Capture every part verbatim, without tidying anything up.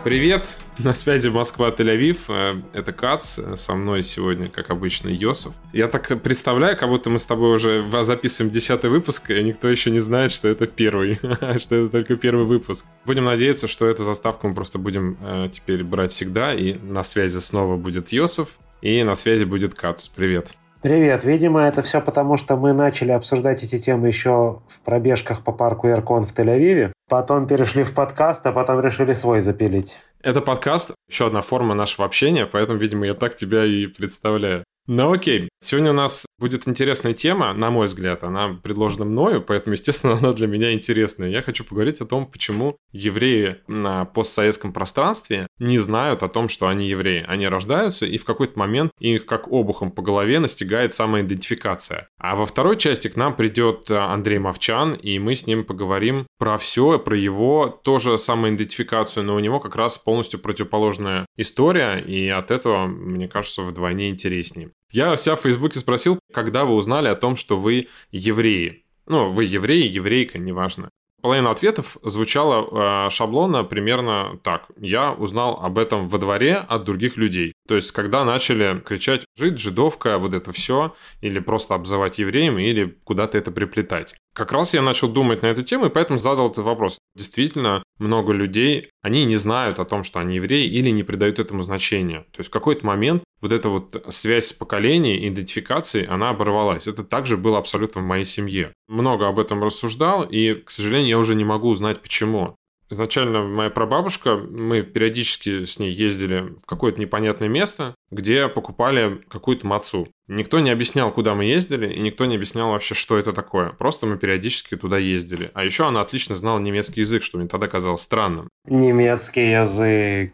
Привет, на связи Москва, Тель-Авив, это Кац, со мной сегодня, как обычно, Йосиф. Я так представляю, как будто мы с тобой уже записываем десятый выпуск, и никто еще не знает, что это первый, что это только первый выпуск. Будем надеяться, что эту заставку мы просто будем теперь брать всегда, и на связи снова будет Йосиф, и на связи будет Кац. Привет. Привет. Видимо, это все потому, что мы начали обсуждать эти темы еще в пробежках по парку Эркон в Тель-Авиве. Потом перешли в подкаст, а потом решили свой запилить. Это подкаст, еще одна форма нашего общения, поэтому, видимо, я так тебя и представляю. Ну окей, сегодня у нас будет интересная тема, на мой взгляд, она предложена мною, поэтому, естественно, она для меня интересная. Я хочу поговорить о том, почему евреи на постсоветском пространстве не знают о том, что они евреи. Они рождаются, и в какой-то момент их как обухом по голове настигает самоидентификация. А во второй части к нам придет Андрей Мовчан, и мы с ним поговорим про все, про его тоже самоидентификацию, но у него как раз полностью противоположная история, и от этого, мне кажется, вдвойне интереснее. Я себя в Фейсбуке спросил, когда вы узнали о том, что вы евреи. Ну, вы евреи, еврейка, неважно. Половина ответов звучала э, шаблонно примерно так. Я узнал об этом во дворе от других людей. То есть, когда начали кричать «жид», «жидовка», вот это все, или просто обзывать евреем, или куда-то это приплетать. Как раз я начал думать на эту тему, и поэтому задал этот вопрос. Действительно, много людей, они не знают о том, что они евреи, или не придают этому значения. То есть, в какой-то момент вот эта вот связь поколений, идентификации, она оборвалась. Это также было абсолютно в моей семье. Много об этом рассуждал, и, к сожалению, я уже не могу узнать, почему. Изначально моя прабабушка, мы периодически с ней ездили в какое-то непонятное место, где покупали какую-то мацу. Никто не объяснял, куда мы ездили, и никто не объяснял вообще, что это такое. Просто мы периодически туда ездили. А еще она отлично знала немецкий язык, что мне тогда казалось странным. Немецкий язык.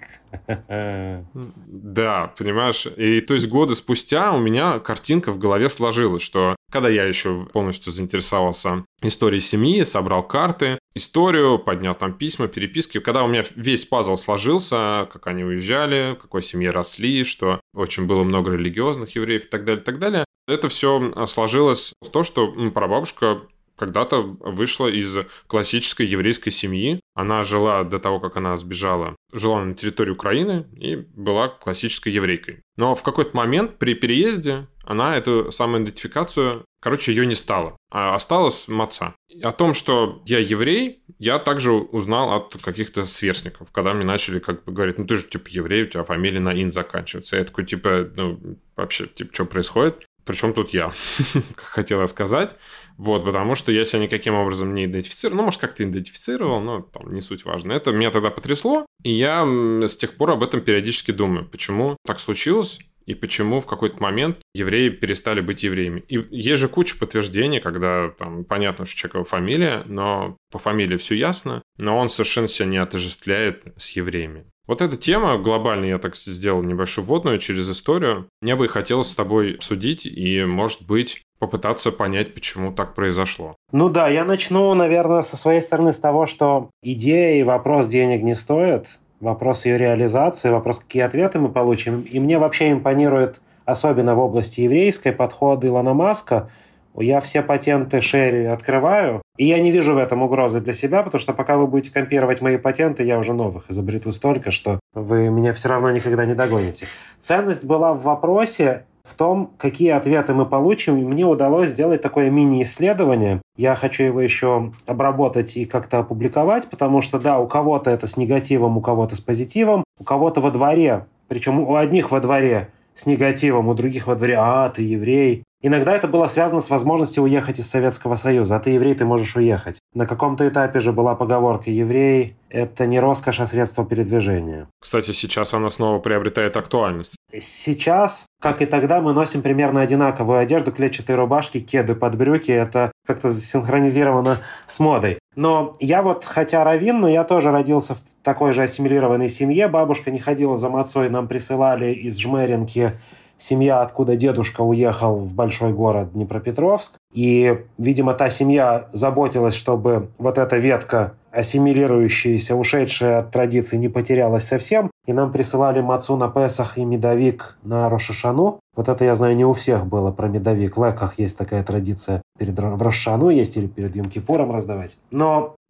Да, понимаешь? И то есть годы спустя у меня картинка в голове сложилась, что когда я еще полностью заинтересовался историей семьи, собрал карты, историю, поднял там письма, переписки, когда у меня весь пазл сложился, как они уезжали, в какой семье росли, что очень было много религиозных евреев и так далее, и так далее, это все сложилось в то, что прабабушка когда-то вышла из классической еврейской семьи. Она жила до того, как она сбежала, жила на территории Украины и была классической еврейкой. Но в какой-то момент при переезде она эту самоидентификацию, короче, ее не стала, а осталась маца. О том, что я еврей, я также узнал от каких-то сверстников, когда мне начали как бы говорить, ну ты же типа еврей, у тебя фамилия на ин заканчивается. Я такой типа, ну вообще, типа, что происходит? Причем тут я, хотела сказать, вот, потому что я себя никаким образом не идентифицировал, ну, может, как-то идентифицировал, но там не суть важно. Это меня тогда потрясло, и я с тех пор об этом периодически думаю, почему так случилось, и почему в какой-то момент евреи перестали быть евреями. И есть же куча подтверждений, когда там понятно, что человек его фамилия, но по фамилии все ясно, но он совершенно себя не отождествляет с евреями. Вот эта тема глобально, я так сделал небольшую вводную через историю. Мне бы хотелось с тобой обсудить и, может быть, попытаться понять, почему так произошло. Ну да, я начну, наверное, со своей стороны с того, что идея и вопрос денег не стоит. Вопрос ее реализации, вопрос, какие ответы мы получим. И мне вообще импонирует, особенно в области еврейской, подход Илона Маска. Я все патенты Шерри открываю, и я не вижу в этом угрозы для себя, потому что пока вы будете копировать мои патенты, я уже новых изобрету столько, что вы меня все равно никогда не догоните. Ценность была в вопросе в том, какие ответы мы получим. И мне удалось сделать такое мини-исследование. Я хочу его еще обработать и как-то опубликовать, потому что, да, у кого-то это с негативом, у кого-то с позитивом, у кого-то во дворе, причем у одних во дворе с негативом, у других во дворе «а, ты еврей». Иногда это было связано с возможностью уехать из Советского Союза. А ты еврей, ты можешь уехать. На каком-то этапе же была поговорка «еврей – это не роскошь, а средство передвижения». Кстати, сейчас она снова приобретает актуальность. Сейчас, как и тогда, мы носим примерно одинаковую одежду, клетчатые рубашки, кеды под брюки. Это как-то синхронизировано с модой. Но я вот, хотя раввин, но я тоже родился в такой же ассимилированной семье. Бабушка не ходила за мацой, нам присылали из Жмеринки семья, откуда дедушка уехал в большой город Днепропетровск. И, видимо, та семья заботилась, чтобы вот эта ветка, ассимилирующаяся, ушедшая от традиций, не потерялась совсем. И нам присылали мацу на Песах и медовик на Рош ха-Шану. Вот это, я знаю, не у всех было про медовик. В Леках есть такая традиция. Перед, в Рош ха-Шану есть или перед Йом-Кипуром раздавать. Но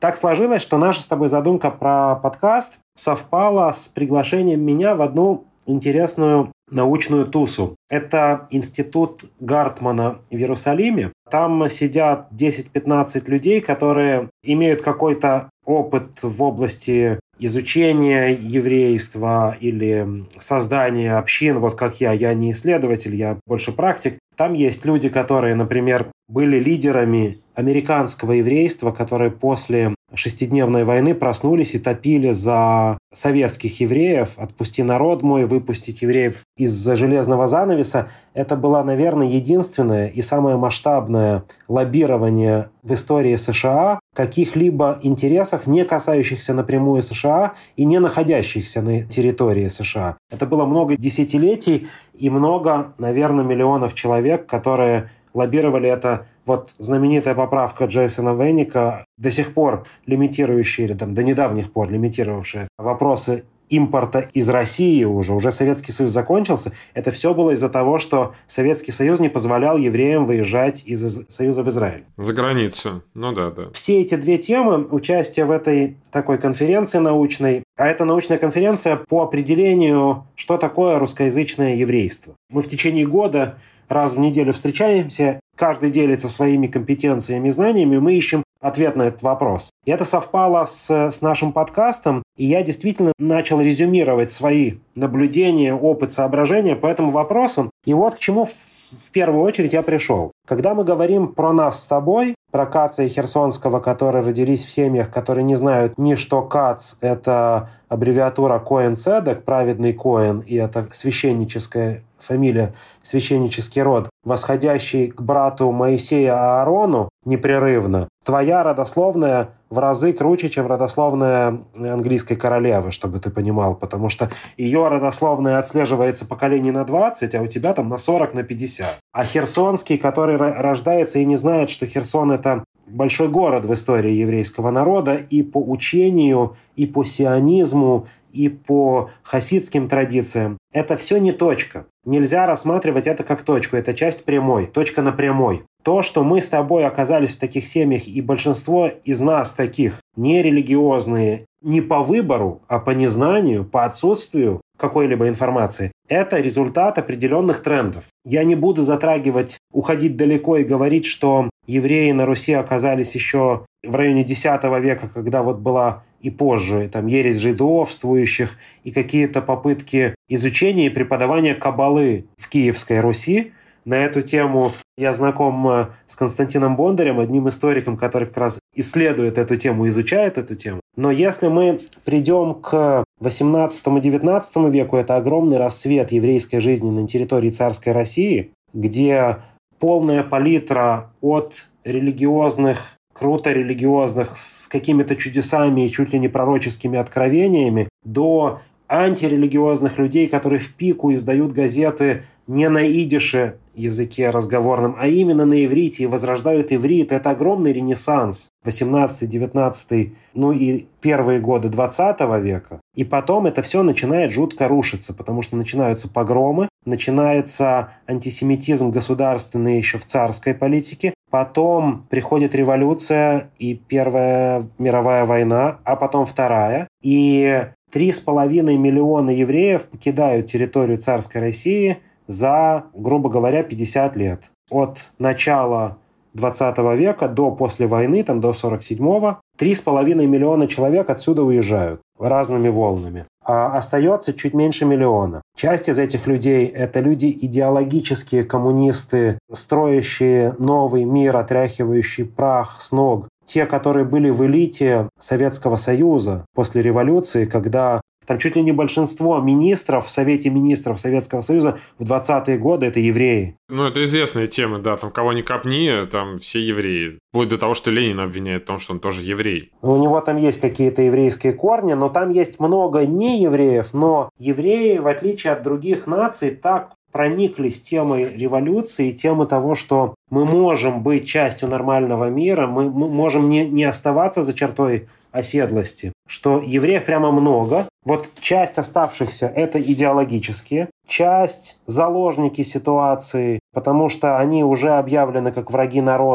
Так сложилось, что наша с тобой задумка про подкаст совпала с приглашением меня в одну интересную научную тусу. Это институт Гартмана в Иерусалиме. Там сидят десять-пятнадцать людей, которые имеют какой-то опыт в области изучения еврейства или создания общин. Вот как я, я не исследователь, я больше практик. Там есть люди, которые, например, были лидерами американского еврейства, которые после шестидневной войны проснулись и топили за советских евреев. «Отпусти народ мой», «Выпустить евреев из-за железного занавеса». Это было, наверное, единственное и самое масштабное лоббирование в истории США каких-либо интересов, не касающихся напрямую США и не находящихся на территории США. Это было много десятилетий и много, наверное, миллионов человек, которые лоббировали это. Вот знаменитая поправка Джейсона Веника, до сих пор лимитирующая, или там, до недавних пор лимитировавшая вопросы импорта из России уже, уже Советский Союз закончился, это все было из-за того, что Советский Союз не позволял евреям выезжать из Союза в Израиль. За границу, ну да, да. Все эти две темы, участие в этой такой конференции научной, а это научная конференция по определению, что такое русскоязычное еврейство. Мы в течение года раз в неделю встречаемся, каждый делится своими компетенциями и знаниями, мы ищем ответ на этот вопрос. И это совпало с, с нашим подкастом, и я действительно начал резюмировать свои наблюдения, опыт, соображения по этому вопросу. И вот к чему в, в первую очередь я пришел. Когда мы говорим про нас с тобой, про Каца и Херсонского, которые родились в семьях, которые не знают ни что Кац – это аббревиатура Коэн Цедек, праведный Коэн, и это священническая фамилия, священнический род, восходящий к брату Моисея Аарону непрерывно. Твоя родословная в разы круче, чем родословная английской королевы, чтобы ты понимал, потому что ее родословная отслеживается поколений на двадцать, а у тебя там на сорок, на пятьдесят. А Херсонский, который рождается и не знает, что Херсон – это большой город в истории еврейского народа и по учению, и по сионизму, и по хасидским традициям. Это все не точка. Нельзя рассматривать это как точку. Это часть прямой, точка на прямой. То, что мы с тобой оказались в таких семьях, и большинство из нас таких нерелигиозные, не по выбору, а по незнанию, по отсутствию какой-либо информации, это результат определенных трендов. Я не буду затрагивать, уходить далеко и говорить, что евреи на Руси оказались еще в районе десятого века, когда вот была и позже там ересь жидовствующих и какие-то попытки изучения и преподавания каббалы в Киевской Руси. На эту тему я знаком с Константином Бондарем, одним историком, который как раз исследует эту тему, изучает эту тему. Но если мы придем к восемнадцатому-девятнадцатому веку, это огромный расцвет еврейской жизни на территории царской России, где полная палитра от религиозных, круто религиозных, с какими-то чудесами и чуть ли не пророческими откровениями, до антирелигиозных людей, которые в пику издают газеты не на идише языке разговорном, а именно на иврите и возрождают иврит. Это огромный ренессанс восемнадцатый, девятнадцатый, ну и первые годы двадцатого века. И потом это все начинает жутко рушиться, потому что начинаются погромы, начинается антисемитизм государственный еще в царской политике, потом приходит революция и Первая мировая война, а потом Вторая. И три с половиной миллиона евреев покидают территорию царской России за, грубо говоря, пятьдесят лет. От начала двадцатого века до после войны, там до сорок седьмого, три с половиной миллиона человек отсюда уезжают разными волнами. А остается чуть меньше миллиона. Часть из этих людей – это люди идеологические коммунисты, строящие новый мир, отряхивающий прах с ног. Те, которые были в элите Советского Союза после революции, когда там чуть ли не большинство министров в Совете министров Советского Союза в двадцатые годы – это евреи. Ну, это известная тема, да, там кого ни копни, там все евреи. Вплоть до того, что Ленин обвиняет в том, что он тоже еврей. У него там есть какие-то еврейские корни, но там есть много неевреев, но евреи, в отличие от других наций, так прониклись темой революции, темой того, что мы можем быть частью нормального мира, мы, мы можем не, не оставаться за чертой оседлости, что евреев прямо много. Вот часть оставшихся – это идеологические, часть – заложники ситуации, потому что они уже объявлены как враги народа,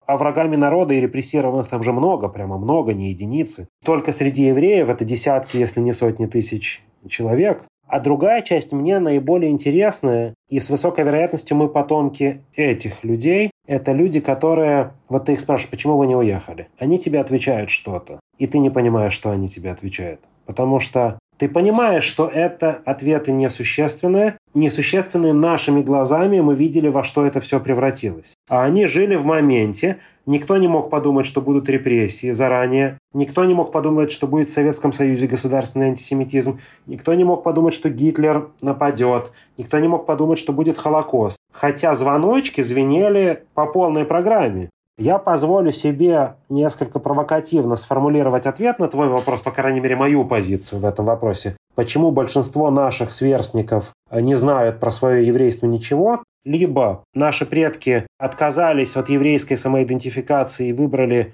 а врагами народа и репрессированных там же много, прямо много, не единицы. Только среди евреев это десятки, если не сотни тысяч человек. А другая часть мне наиболее интересная, и с высокой вероятностью мы потомки этих людей. Это люди, которые... Вот ты их спрашиваешь, почему вы не уехали? Они тебе отвечают что-то, и ты не понимаешь, что они тебе отвечают. Потому что ты понимаешь, что это ответы несущественные. Несущественные нашими глазами, мы видели, во что это все превратилось. А они жили в моменте. Никто не мог подумать, что будут репрессии заранее. Никто не мог подумать, что будет в Советском Союзе государственный антисемитизм. Никто не мог подумать, что Гитлер нападет. Никто не мог подумать, что будет Холокост. Хотя звоночки звенели по полной программе. Я позволю себе несколько провокативно сформулировать ответ на твой вопрос, по крайней мере, мою позицию в этом вопросе. Почему большинство наших сверстников не знают про свое еврейство ничего? Либо наши предки отказались от еврейской самоидентификации и выбрали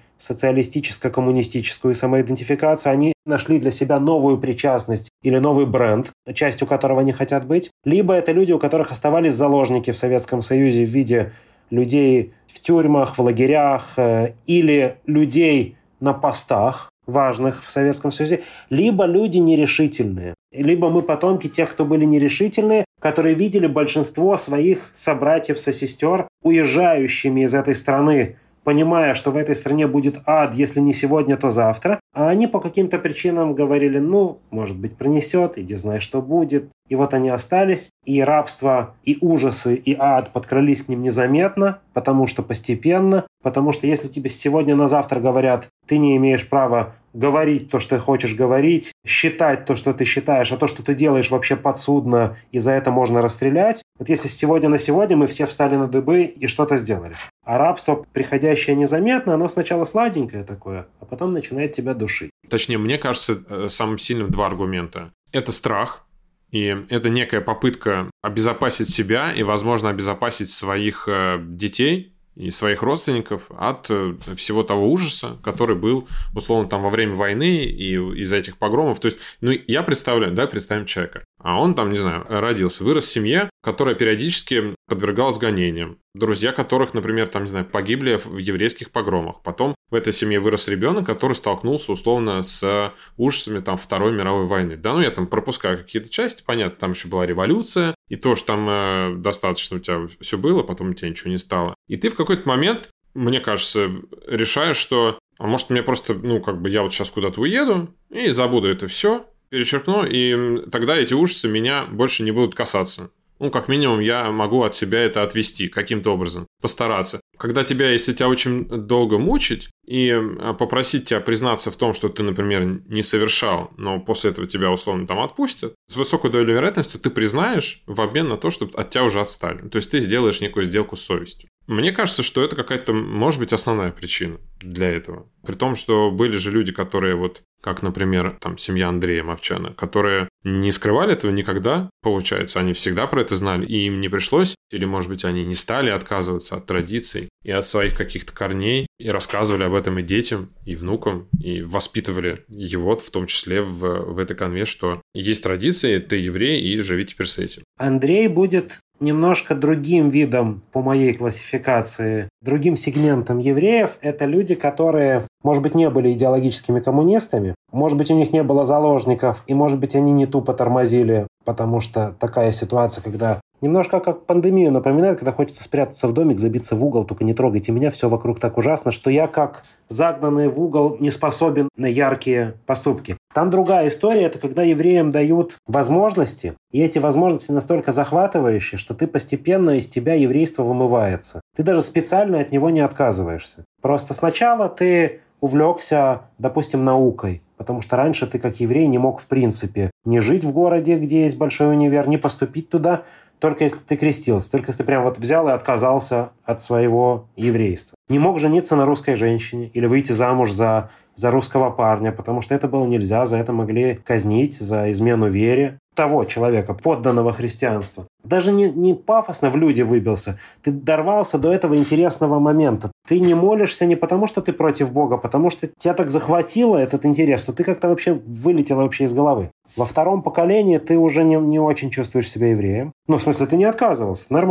социалистическо-коммунистическую самоидентификацию. Они нашли для себя новую причастность или новый бренд, частью которого они хотят быть. Либо это люди, у которых оставались заложники в Советском Союзе в виде людей в тюрьмах, в лагерях э, или людей на постах важных в Советском Союзе, либо люди нерешительные. Либо мы потомки тех, кто были нерешительные, которые видели большинство своих собратьев, сосестер уезжающими из этой страны, понимая, что в этой стране будет ад, если не сегодня, то завтра. А они по каким-то причинам говорили, ну, может быть, пронесет, иди знай, что будет. И вот они остались, и рабство, и ужасы, и ад подкрались к ним незаметно, потому что постепенно, потому что если тебе сегодня на завтра говорят, ты не имеешь права говорить то, что ты хочешь говорить, считать то, что ты считаешь, а то, что ты делаешь, вообще подсудно, и за это можно расстрелять. Вот если с сегодня на сегодня мы все встали на дыбы и что-то сделали. А рабство, приходящее незаметно, оно сначала сладенькое такое, а потом начинает тебя душить. Точнее, мне кажется, самым сильным два аргумента. Это страх, и это некая попытка обезопасить себя и, возможно, обезопасить своих детей и своих родственников от всего того ужаса, который был, условно, там во время войны и из-за этих погромов. То есть, ну, я представляю, да, представим человека, а он там, не знаю, родился, вырос в семье, которая периодически подвергалась гонениям, друзья которых, например, там, не знаю, погибли в еврейских погромах. Потом в этой семье вырос ребенок, который столкнулся, условно, с ужасами там Второй мировой войны. Да, ну, я там пропускаю какие-то части, понятно, там еще была революция, и то, что там э, достаточно у тебя все было, потом у тебя ничего не стало. И ты в какой-то момент, мне кажется, решаешь, что, а может, мне просто, ну, как бы я вот сейчас куда-то уеду и забуду это все, перечеркну, и тогда эти ужасы меня больше не будут касаться. Ну, как минимум, я могу от себя это отвести каким-то образом, постараться. Когда тебя, если тебя очень долго мучить и попросить тебя признаться в том, что ты, например, не совершал, но после этого тебя условно там отпустят, с высокой долей вероятности ты признаешь в обмен на то, чтобы от тебя уже отстали. То есть ты сделаешь некую сделку с совестью. Мне кажется, что это какая-то, может быть, основная причина для этого. При том, что были же люди, которые вот, как, например, там, семья Андрея Мовчана, которые не скрывали этого никогда, получается. Они всегда про это знали, и им не пришлось, или, может быть, они не стали отказываться от традиций и от своих каких-то корней, и рассказывали об этом и детям, и внукам, и воспитывали его, в том числе в, в этой конве, что есть традиции, ты еврей, и живи теперь с этим. Андрей будет немножко другим видом по моей классификации, другим сегментом евреев. Это люди, которые, может быть, не были идеологическими коммунистами, может быть, у них не было заложников, и, может быть, они не тупо тормозили, потому что такая ситуация, когда немножко как пандемию напоминает, когда хочется спрятаться в домик, забиться в угол, только не трогайте меня, все вокруг так ужасно, что я как загнанный в угол не способен на яркие поступки. Там другая история, это когда евреям дают возможности, и эти возможности настолько захватывающие, что ты постепенно из тебя еврейство вымывается. Ты даже специально от него не отказываешься. Просто сначала ты увлекся, допустим, наукой, потому что раньше ты как еврей не мог в принципе не жить в городе, где есть большой универ, не поступить туда, только если ты крестился, только если ты прям вот взял и отказался от своего еврейства. Не мог жениться на русской женщине или выйти замуж за, за русского парня, потому что это было нельзя, за это могли казнить, за измену вере того человека, подданного христианству. Даже не, не пафосно в люди выбился. Ты дорвался до этого интересного момента. Ты не молишься не потому, что ты против Бога, а потому что тебя так захватило этот интерес, что ты как-то вообще вылетел вообще из головы. Во втором поколении ты уже не, не очень чувствуешь себя евреем. Ну, в смысле, ты не отказывался, нормально.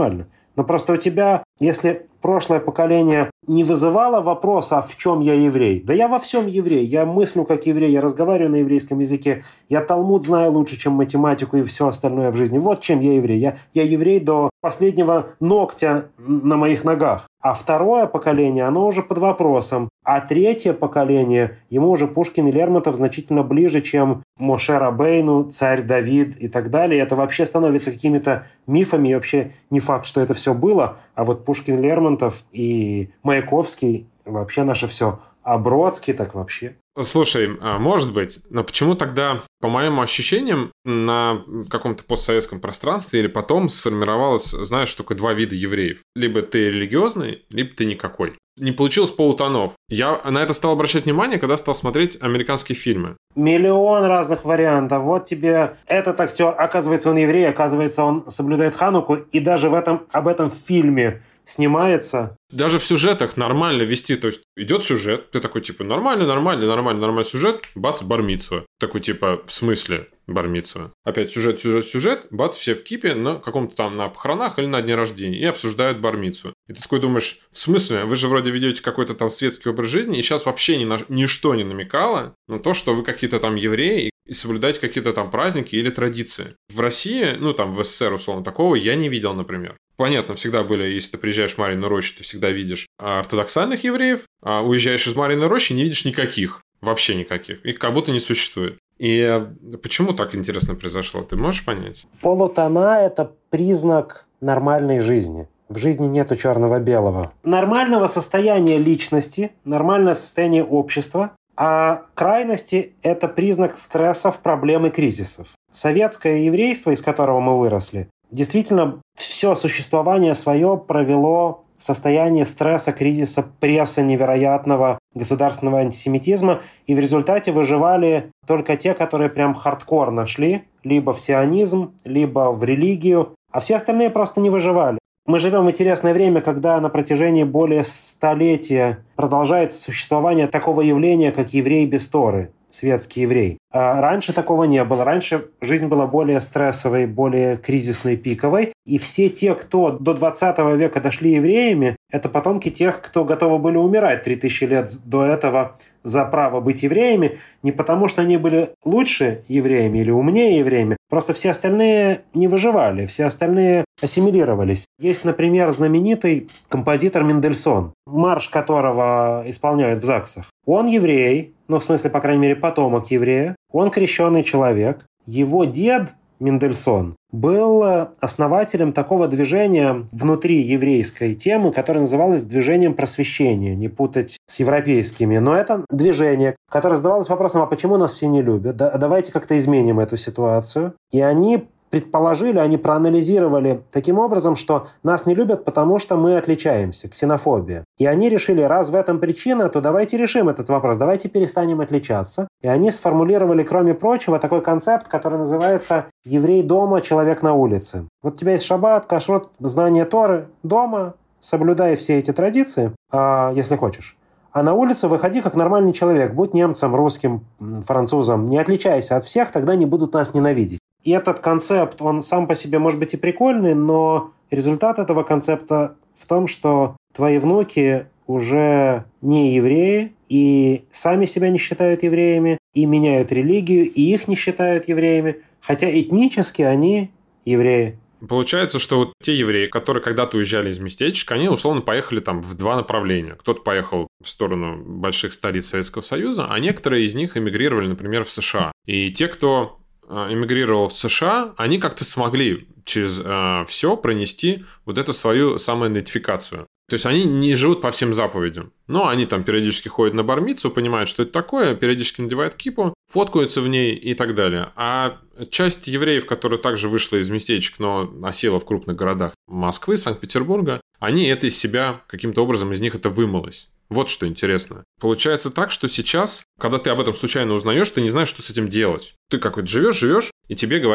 Но просто у тебя, если прошлое поколение не вызывало вопроса, а в чем я еврей? Да я во всем еврей. Я мыслю как еврей, я разговариваю на еврейском языке. Я Талмуд знаю лучше, чем математику и все остальное в жизни. Вот чем я еврей. Я, я еврей до последнего ногтя на моих ногах. А второе поколение, оно уже под вопросом. А третье поколение, ему уже Пушкин и Лермонтов значительно ближе, чем Моше Рабейну, царь Давид и так далее. Это вообще становится какими-то мифами. И вообще не факт, что это все было. А вот Пушкин, Лермонтов и Маяковский вообще наше все. А Бродский так вообще. Слушай, может быть, но почему тогда, по моим ощущениям, на каком-то постсоветском пространстве или потом сформировалось, знаешь, только два вида евреев? Либо ты религиозный, либо ты никакой. Не получилось полутонов. Я на это стал обращать внимание, когда стал смотреть американские фильмы. Миллион разных вариантов. Вот тебе этот актер, оказывается, он еврей, оказывается, он соблюдает Хануку, и даже в этом, об этом фильме снимается. Даже в сюжетах нормально вести, то есть идет сюжет, ты такой типа нормальный, нормальный, нормальный, нормальный сюжет, бац, бар-мицва. Такой типа в смысле бар-мицва? Опять сюжет, сюжет, сюжет, бац, все в кипе на каком-то там на похоронах или на дне рождения и обсуждают бар-мицву. И ты такой думаешь, в смысле? Вы же вроде ведете какой-то там светский образ жизни, и сейчас вообще ни на, ничто не намекало на то, что вы какие-то там евреи и соблюдаете какие-то там праздники или традиции. В России, ну там в СССР условно, такого я не видел, например. Понятно, всегда были, если ты приезжаешь в Марьину Рощу, ты всегда видишь ортодоксальных евреев, а уезжаешь из Марьиной Рощи, не видишь никаких, вообще никаких. Их как будто не существует. И почему так интересно произошло, ты можешь понять? Полутона – это признак нормальной жизни. В жизни нету черного-белого. Нормального состояния личности, нормальное состояние общества, а крайности – это признак стрессов, проблем и кризисов. Советское еврейство, из которого мы выросли, действительно все существование свое провело в состоянии стресса, кризиса, пресса невероятного, государственного антисемитизма, и в результате выживали только те, которые прям хардкор нашли, либо в сионизм, либо в религию, а все остальные просто не выживали. Мы живем в интересное время, когда на протяжении более столетия продолжается существование такого явления, как еврей без Торы, светский еврей. А раньше такого не было. Раньше жизнь была более стрессовой, более кризисной, пиковой. И все те, кто до двадцатого века дошли евреями, это потомки тех, кто готовы были умирать три тысячи лет до этого за право быть евреями, не потому что они были лучше евреями или умнее евреями, просто все остальные не выживали, все остальные ассимилировались. Есть, например, знаменитый композитор Мендельсон, марш которого исполняют в ЗАГСах. Он еврей, ну, в смысле, по крайней мере, потомок еврея, он крещеный человек. Его дед Мендельсон был основателем такого движения внутри еврейской темы, которое называлось движением просвещения, не путать с европейскими. Но это движение, которое задавалось вопросом, а почему нас все не любят? Да, давайте как-то изменим эту ситуацию. И они предположили, они проанализировали таким образом, что нас не любят, потому что мы отличаемся, ксенофобия. И они решили, раз в этом причина, то давайте решим этот вопрос, давайте перестанем отличаться. И они сформулировали, кроме прочего, такой концепт, который называется «еврей дома, человек на улице». Вот у тебя есть шаббат, кашрут, знание Торы дома, соблюдай все эти традиции, если хочешь. А на улицу выходи как нормальный человек, будь немцем, русским, французом, не отличайся от всех, тогда не будут нас ненавидеть. И этот концепт, он сам по себе может быть и прикольный, но результат этого концепта в том, что твои внуки уже не евреи, и сами себя не считают евреями, и меняют религию, и их не считают евреями, хотя этнически они евреи. Получается, что вот те евреи, которые когда-то уезжали из местечка, они условно поехали там в два направления. Кто-то поехал в сторону больших столиц Советского Союза, а некоторые из них эмигрировали, например, в США. И те, кто эмигрировал в США, они как-то смогли через э, все пронести вот эту свою самоидентификацию. То есть они не живут по всем заповедям. Но они там периодически ходят на бар-мицву, понимают, что это такое, периодически надевают кипу, фоткаются в ней и так далее. А часть евреев, которая также вышла из местечек, но осела в крупных городах Москвы, Санкт-Петербурга, они это из себя каким-то образом, из них это вымылось. Вот что интересно. Получается так, что сейчас, когда ты об этом случайно узнаешь, ты не знаешь, что с этим делать. Ты как-то живешь, живешь, и тебе говорят,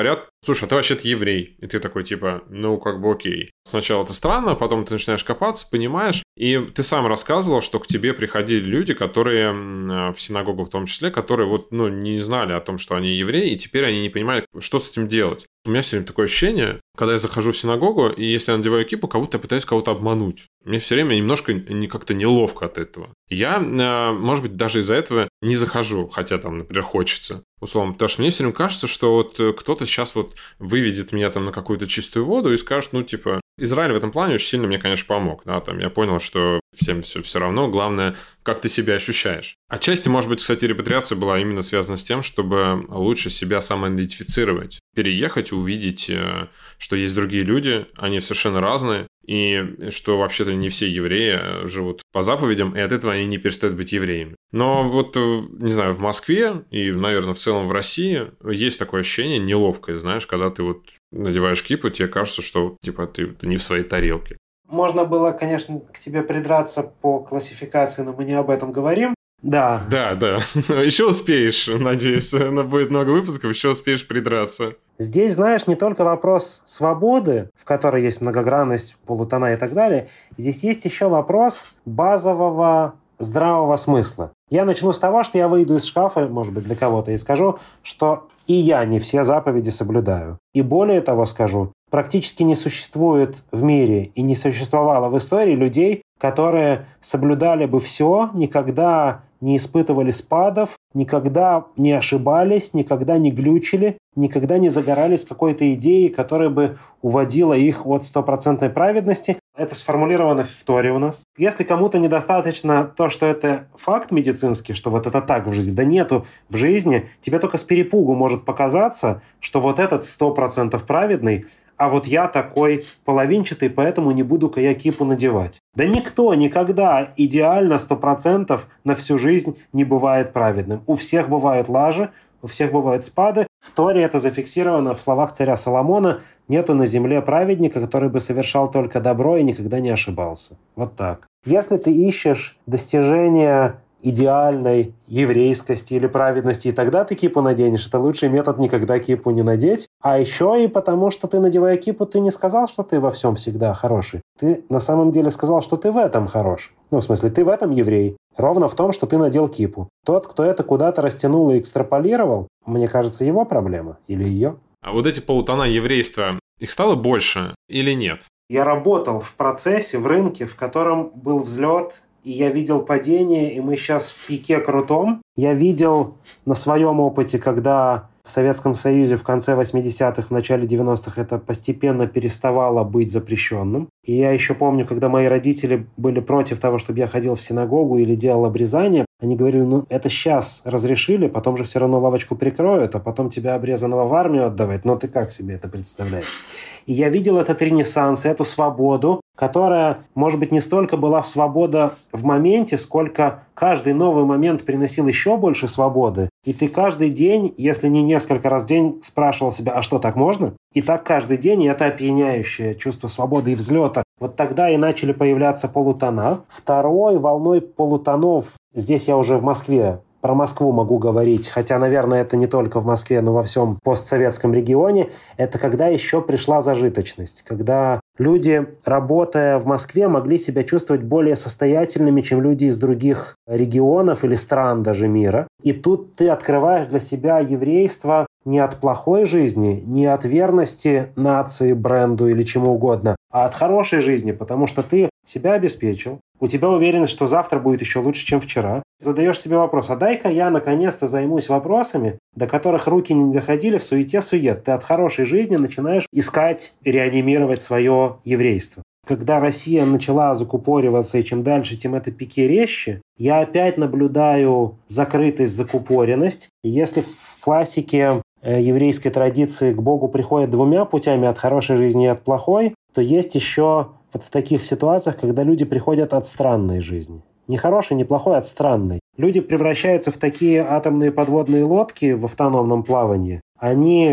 слушай, а ты вообще-то еврей. И ты такой, типа, ну, как бы окей. Сначала это странно, потом ты начинаешь копаться, понимаешь. И ты сам рассказывал, что к тебе приходили люди, которые в синагогу в том числе, которые вот, ну, не знали о том, что они евреи, и теперь они не понимают, что с этим делать. У меня все время такое ощущение, когда я захожу в синагогу, и если я надеваю кипу, как будто я пытаюсь кого-то обмануть. Мне все время немножко не, как-то неловко от этого. Я, может быть, даже из-за этого не захожу, хотя там, например, хочется. Условно, потому что мне все время кажется, что вот кто-то сейчас вот выведет меня там на какую-то чистую воду и скажет, ну, типа, Израиль в этом плане очень сильно мне, конечно, помог. Да, там я понял, что всем все, все равно, главное, как ты себя ощущаешь. Отчасти, может быть, кстати, репатриация была именно связана с тем, чтобы лучше себя самоидентифицировать, переехать, увидеть, что есть другие люди, они совершенно разные, и что вообще-то не все евреи живут по заповедям, и от этого они не перестают быть евреями. Но вот, не знаю, в Москве и, наверное, в целом в России есть такое ощущение неловкое, знаешь, когда ты вот надеваешь кипу, тебе кажется, что типа ты, ты не в своей тарелке. Можно было, конечно, к тебе придраться по классификации, но мы не об этом говорим. Да. Да, да. Еще успеешь, надеюсь, будет много выпусков, еще успеешь придраться. Здесь, знаешь, не только вопрос свободы, в которой есть многогранность, полутона и так далее. Здесь есть еще вопрос базового здравого смысла. Я начну с того, что я выйду из шкафа, может быть, для кого-то, и скажу, что и я не все заповеди соблюдаю. И более того скажу, практически не существует в мире и не существовало в истории людей, которые соблюдали бы все, никогда не испытывали спадов, никогда не ошибались, никогда не глючили, никогда не загорались какой-то идеей, которая бы уводила их от стопроцентной праведности. Это сформулировано в Торе у нас. Если кому-то недостаточно то, что это факт медицинский, что вот это так в жизни, да нету в жизни, тебе только с перепугу может показаться, что вот этот сто процентов праведный, а вот я такой половинчатый, поэтому не буду-ка я кипу надевать. Да никто никогда идеально сто процентов на всю жизнь не бывает праведным. У всех бывают лажи, у всех бывают спады. В Торе это зафиксировано в словах царя Соломона: «Нету на земле праведника, который бы совершал только добро и никогда не ошибался». Вот так. Если ты ищешь достижения идеальной еврейскости или праведности, и тогда ты кипу наденешь, это лучший метод никогда кипу не надеть. А еще и потому, что ты, надевая кипу, ты не сказал, что ты во всем всегда хороший. Ты на самом деле сказал, что ты в этом хорош. Ну, в смысле, ты в этом еврей. Ровно в том, что ты надел кипу. Тот, кто это куда-то растянул и экстраполировал, мне кажется, его проблема или ее. А вот эти полутона еврейства, их стало больше или нет? Я работал в процессе, в рынке, в котором был взлет, и я видел падение, и мы сейчас в пике крутом. Я видел на своем опыте, когда в Советском Союзе в конце восьмидесятых, в начале девяностых это постепенно переставало быть запрещенным. И я еще помню, когда мои родители были против того, чтобы я ходил в синагогу или делал обрезание, они говорили, ну это сейчас разрешили, потом же все равно лавочку прикроют, а потом тебя обрезанного в армию отдавать. Но ты как себе это представляешь? И я видел этот ренессанс, эту свободу, которая, может быть, не столько была свобода в моменте, сколько каждый новый момент приносил еще больше свободы. И ты каждый день, если не несколько раз в день, спрашивал себя, а что, так можно? И так каждый день, и это опьяняющее чувство свободы и взлета. Вот тогда и начали появляться полутона. Второй волной полутонов, здесь я уже в Москве, про Москву могу говорить, хотя, наверное, это не только в Москве, но во всем постсоветском регионе, это когда еще пришла зажиточность, когда люди, работая в Москве, могли себя чувствовать более состоятельными, чем люди из других регионов или стран даже мира. И тут ты открываешь для себя еврейство не от плохой жизни, не от верности нации, бренду или чему угодно, а от хорошей жизни, потому что ты себя обеспечил, у тебя уверенность, что завтра будет еще лучше, чем вчера. Задаешь себе вопрос, а дай-ка я наконец-то займусь вопросами, до которых руки не доходили в суете-сует. Ты от хорошей жизни начинаешь искать, реанимировать свое еврейство. Когда Россия начала закупориваться, и чем дальше, тем это пике резче, я опять наблюдаю закрытость, закупоренность. И если в классике еврейской традиции к Богу приходят двумя путями, от хорошей жизни и от плохой, то есть еще вот в таких ситуациях, когда люди приходят от странной жизни. Не хорошей, не плохой, а от странной. Люди превращаются в такие атомные подводные лодки в автономном плавании. Они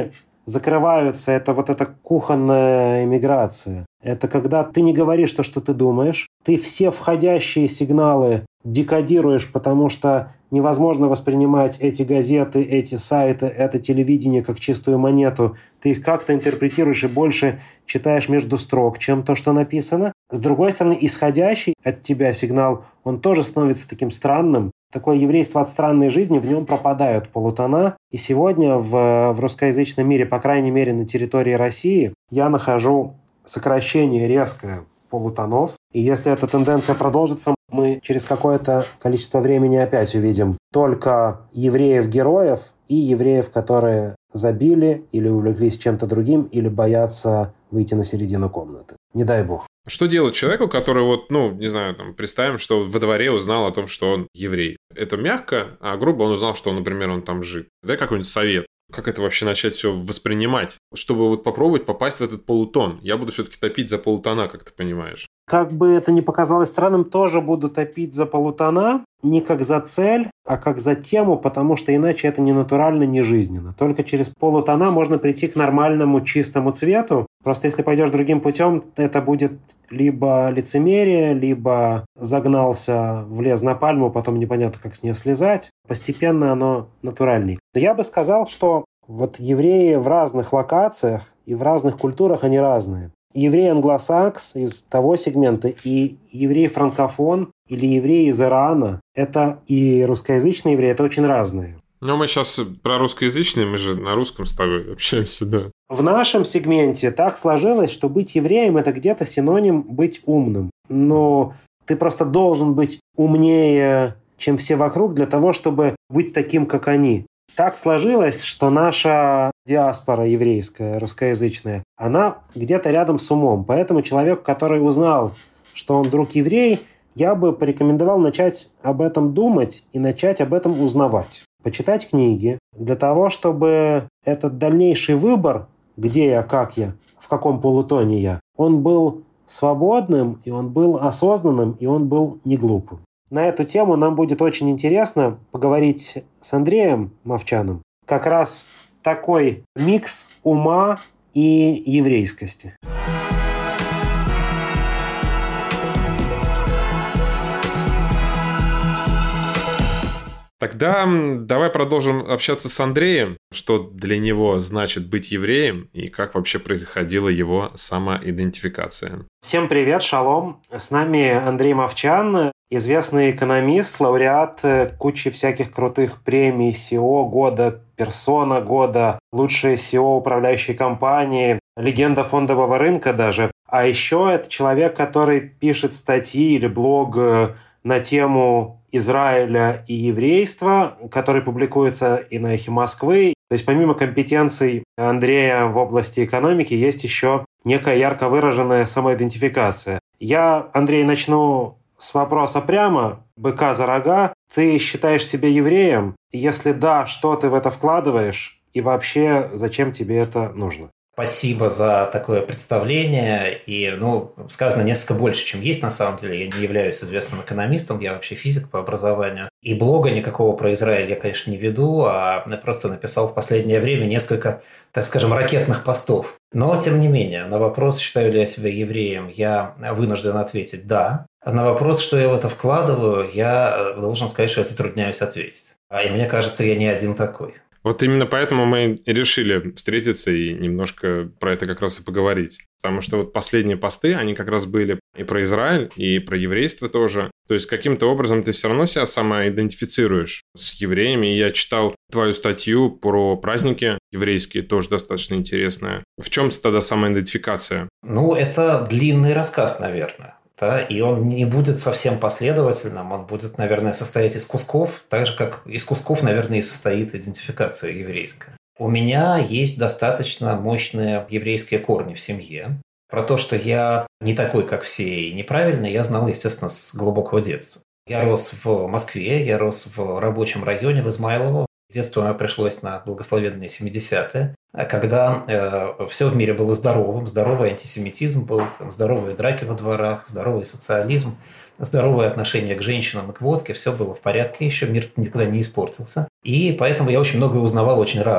закрываются, это вот эта кухонная эмиграция. Это когда ты не говоришь то, что ты думаешь, ты все входящие сигналы декодируешь, потому что невозможно воспринимать эти газеты, эти сайты, это телевидение как чистую монету. Ты их как-то интерпретируешь и больше читаешь между строк, чем то, что написано. С другой стороны, исходящий от тебя сигнал, он тоже становится таким странным. Такое еврейство от странной жизни, в нем пропадают полутона. И сегодня в, в русскоязычном мире, по крайней мере на территории России, я нахожу сокращение резкое полутонов. И если эта тенденция продолжится, мы через какое-то количество времени опять увидим только евреев-героев и евреев, которые забили или увлеклись чем-то другим, или боятся выйти на середину комнаты. Не дай бог. Что делать человеку, который вот, ну, не знаю, там, представим, что во дворе узнал о том, что он еврей. Это мягко, а грубо он узнал, что, например, он там жит. Дай какой-нибудь совет. Как это вообще начать все воспринимать? Чтобы вот попробовать попасть в этот полутон. Я буду все-таки топить за полутона, как ты понимаешь. Как бы это ни показалось странным, тоже буду топить за полутона. Не как за цель, а как за тему, потому что иначе это не натурально, не жизненно. Только через полутона можно прийти к нормальному чистому цвету. Просто если пойдешь другим путем, это будет либо лицемерие, либо загнался, влез на пальму, потом непонятно, как с нее слезать. Постепенно оно натуральней. Но я бы сказал, что вот евреи в разных локациях и в разных культурах, они разные. Еврей-англосакс из того сегмента и еврей-франкофон или еврей из Ирана, это и русскоязычные евреи, это очень разные. Но мы сейчас про русскоязычные, мы же на русском с тобой общаемся, да. В нашем сегменте так сложилось, что быть евреем – это где-то синоним быть умным. Но ты просто должен быть умнее, чем все вокруг, для того, чтобы быть таким, как они. Так сложилось, что наша диаспора еврейская, русскоязычная, она где-то рядом с умом. Поэтому человек, который узнал, что он вдруг еврей, я бы порекомендовал начать об этом думать и начать об этом узнавать. Почитать книги для того, чтобы этот дальнейший выбор, где я, как я, в каком полутоне я, он был свободным, и он был осознанным, и он был не глупым. На эту тему нам будет очень интересно поговорить с Андреем Мовчаном. Как раз такой микс ума и еврейскости. Тогда давай продолжим общаться с Андреем, что для него значит быть евреем и как вообще происходила его самоидентификация. Всем привет, шалом. С нами Андрей Мовчан, известный экономист, лауреат кучи всяких крутых премий си и о года, персона года, лучшая си и о управляющей компании, легенда фондового рынка даже. А еще это человек, который пишет статьи или блог на тему Израиля и еврейства, который публикуется и на «Эхе Москвы». То есть помимо компетенций Андрея в области экономики есть еще некая ярко выраженная самоидентификация. Я, Андрей, начну с вопроса прямо, быка за рога. Ты считаешь себя евреем? Если да, что ты в это вкладываешь? И вообще, зачем тебе это нужно? Спасибо за такое представление. И, ну, сказано несколько больше, чем есть на самом деле. Я не являюсь известным экономистом, я вообще физик по образованию. И блога никакого про Израиль я, конечно, не веду, а просто написал в последнее время несколько, так скажем, ракетных постов. Но, тем не менее, на вопрос, считаю ли я себя евреем, я вынужден ответить «да». А на вопрос, что я в это вкладываю, я должен сказать, что я затрудняюсь ответить. И мне кажется, я не один такой. Вот именно поэтому мы и решили встретиться и немножко про это как раз и поговорить. Потому что вот последние посты, они как раз были и про Израиль, и про еврейство тоже. То есть каким-то образом ты все равно себя самоидентифицируешь с евреями. И я читал твою статью про праздники еврейские, тоже достаточно интересная. В чем тогда самоидентификация? Ну, это длинный рассказ, наверное. Да, и он не будет совсем последовательным, он будет, наверное, состоять из кусков, так же, как из кусков, наверное, и состоит идентификация еврейская. У меня есть достаточно мощные еврейские корни в семье. Про то, что я не такой, как все, и неправильный, я знал, естественно, с глубокого детства. Я рос в Москве, я рос в рабочем районе в Измайлово. Детство мое пришлось на благословенные семидесятые, когда э, все в мире было здоровым, здоровый антисемитизм был, здоровые драки во дворах, здоровый социализм, здоровое отношение к женщинам и к водке, все было в порядке, еще мир никогда не испортился. И поэтому я очень многое узнавал очень рано.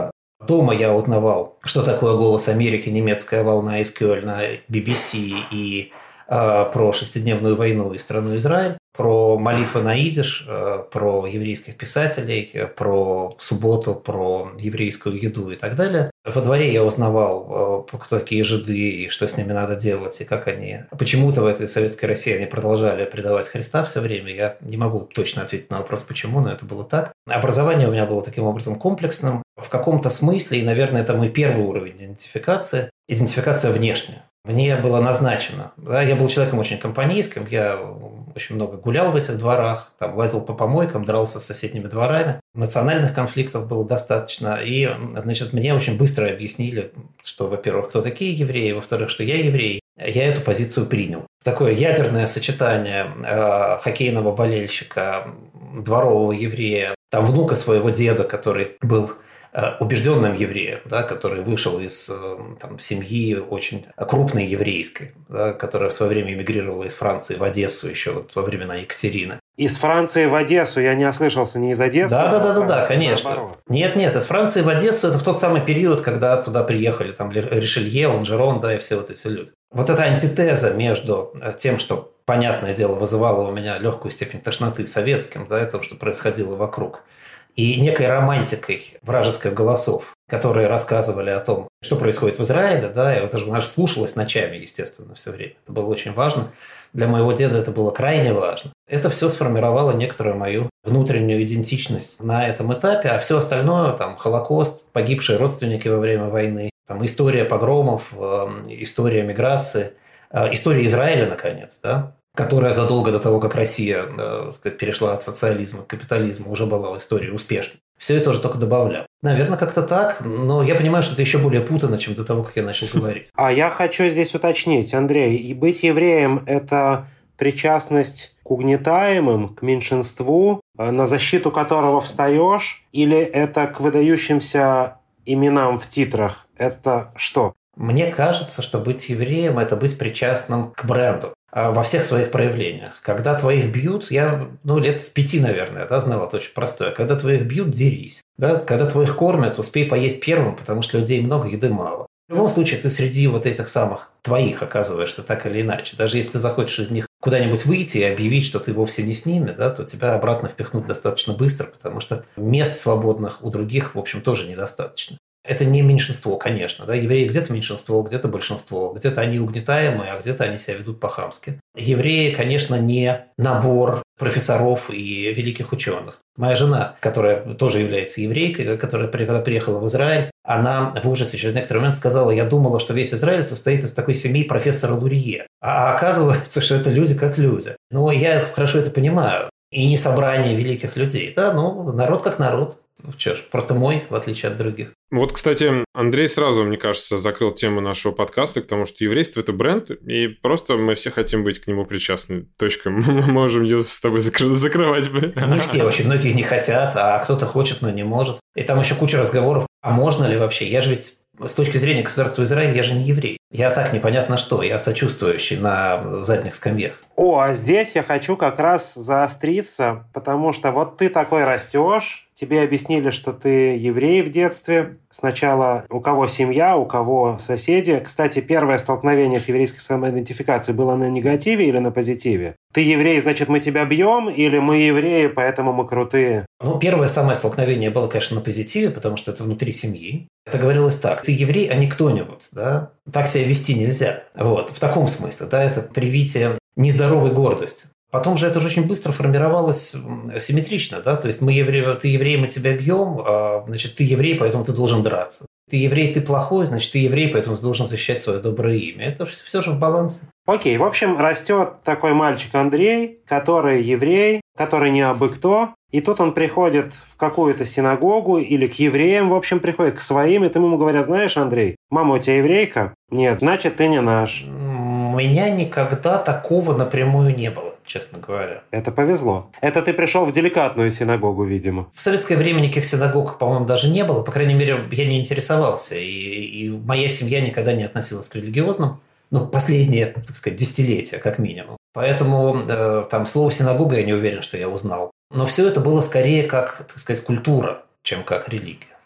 Дома я узнавал, что такое «Голос Америки», «Немецкая волна» из Кёльна, би би си и э, про шестидневную войну и страну Израиль, про молитвы на идиш, э, про еврейских писателей, э, про субботу, про еврейскую еду и так далее. Во дворе я узнавал, э, кто такие жиды и что с ними надо делать, и как они... Почему-то в этой советской России они продолжали предавать Христа все время. Я не могу точно ответить на вопрос, почему, но это было так. Образование у меня было таким образом комплексным. В каком-то смысле, и, наверное, это мой первый уровень идентификации, идентификация внешняя. Мне было назначено. Да, я был человеком очень компанейским, я очень много гулял в этих дворах, там, лазил по помойкам, дрался с соседними дворами. Национальных конфликтов было достаточно. И, значит, мне очень быстро объяснили, что, во-первых, кто такие евреи, во-вторых, что я еврей. Я эту позицию принял. Такое ядерное сочетание э, хоккейного болельщика, дворового еврея, там, внука своего деда, который был убежденным евреем, да, который вышел из там, семьи очень крупной еврейской, да, которая в свое время эмигрировала из Франции в Одессу еще вот во времена Екатерины. Из Франции в Одессу, я не ослышался, не из Одессы? Да, да, да, да, да, конечно. Наоборот. Нет, нет, из Франции в Одессу это в тот самый период, когда туда приехали там Ришелье, Ланжерон, да, и все вот эти люди. Вот эта антитеза между тем, что, понятное дело, вызывало у меня легкую степень тошноты советским, да, и то, что происходило вокруг, и некой романтикой вражеских голосов, которые рассказывали о том, что происходит в Израиле, да, и это же, она же слушалась ночами, естественно, все время. Это было очень важно. Для моего деда это было крайне важно. Это все сформировало некоторую мою внутреннюю идентичность на этом этапе, а все остальное, там, Холокост, погибшие родственники во время войны, там, история погромов, э, история миграции, э, история Израиля, наконец, да, которая задолго до того, как Россия, э, сказать, перешла от социализма к капитализму, уже была в истории успешной. Все это уже только добавлял. Наверное, как-то так, но я понимаю, что это еще более путано, чем до того, как я начал говорить. А я хочу здесь уточнить, Андрей, и быть евреем – это причастность к угнетаемым, к меньшинству, на защиту которого встаешь, или это к выдающимся именам в титрах? Это что? Мне кажется, что быть евреем – это быть причастным к бренду во всех своих проявлениях. Когда твоих бьют, я ну, лет с пяти, наверное, да, знал это очень простое. Когда твоих бьют, дерись. Да? Когда твоих кормят, успей поесть первым, потому что людей много, еды мало. В любом случае, ты среди вот этих самых твоих оказываешься так или иначе. Даже если ты захочешь из них куда-нибудь выйти и объявить, что ты вовсе не с ними, да, то тебя обратно впихнут достаточно быстро, потому что мест свободных у других, в общем, тоже недостаточно. Это не меньшинство, конечно. Да? Евреи где-то меньшинство, где-то большинство, где-то они угнетаемые, а где-то они себя ведут по-хамски. Евреи, конечно, не набор профессоров и великих ученых. Моя жена, которая тоже является еврейкой, которая, когда приехала в Израиль, она в ужасе через некоторый момент сказала: я думала, что весь Израиль состоит из такой семьи профессора Лурье. А оказывается, что это люди как люди. Ну, я хорошо это понимаю. И не собрание великих людей. Да, ну, народ как народ. Че ж, просто мой, в отличие от других. Вот, кстати, Андрей сразу, мне кажется, закрыл тему нашего подкаста, потому что еврейство – это бренд, и просто мы все хотим быть к нему причастны. Точка. Мы можем ее с тобой закры- закрывать. Не все, очень многие не хотят, а кто-то хочет, но не может. И там еще куча разговоров. А можно ли вообще? Я же ведь с точки зрения государства Израиль, я же не еврей. Я так непонятно что, я сочувствующий на задних скамьях. О, а здесь я хочу как раз заостриться, потому что вот ты такой растешь, тебе объяснили, что ты еврей в детстве. Сначала у кого семья, у кого соседи. Кстати, первое столкновение с еврейской самоидентификацией было на негативе или на позитиве? Ты еврей, значит, мы тебя бьем, или мы евреи, поэтому мы крутые? Ну, первое самое столкновение было, конечно, на позитиве, потому что это внутри семьи. Это говорилось так: ты еврей, а не кто-нибудь, да? Так себя вести нельзя. Вот, в таком смысле, да, это привитие нездоровой гордости. Потом же это же очень быстро формировалось симметрично, да, то есть мы евреи, ты еврей, мы тебя бьем, а, значит, ты еврей, поэтому ты должен драться. Ты еврей, ты плохой, значит, ты еврей, поэтому ты должен защищать свое доброе имя. Это все же в балансе. Окей, в общем, растет такой мальчик Андрей, который еврей, который не абы кто, и тут он приходит в какую-то синагогу или к евреям, в общем, приходит к своим, и там ему говорят: знаешь, Андрей, мама у тебя еврейка? Нет, значит, ты не наш. У меня никогда такого напрямую не было, честно говоря. Это повезло. Это ты пришел в деликатную синагогу, видимо. В советское время никаких синагог, по-моему, даже не было. По крайней мере, я не интересовался. И, и моя семья никогда не относилась к религиозным. Ну, последние, так сказать, десятилетия, как минимум. Поэтому э, там слово «синагога» я не уверен, что я узнал. Но все это было скорее как, так сказать, культура, чем как религия.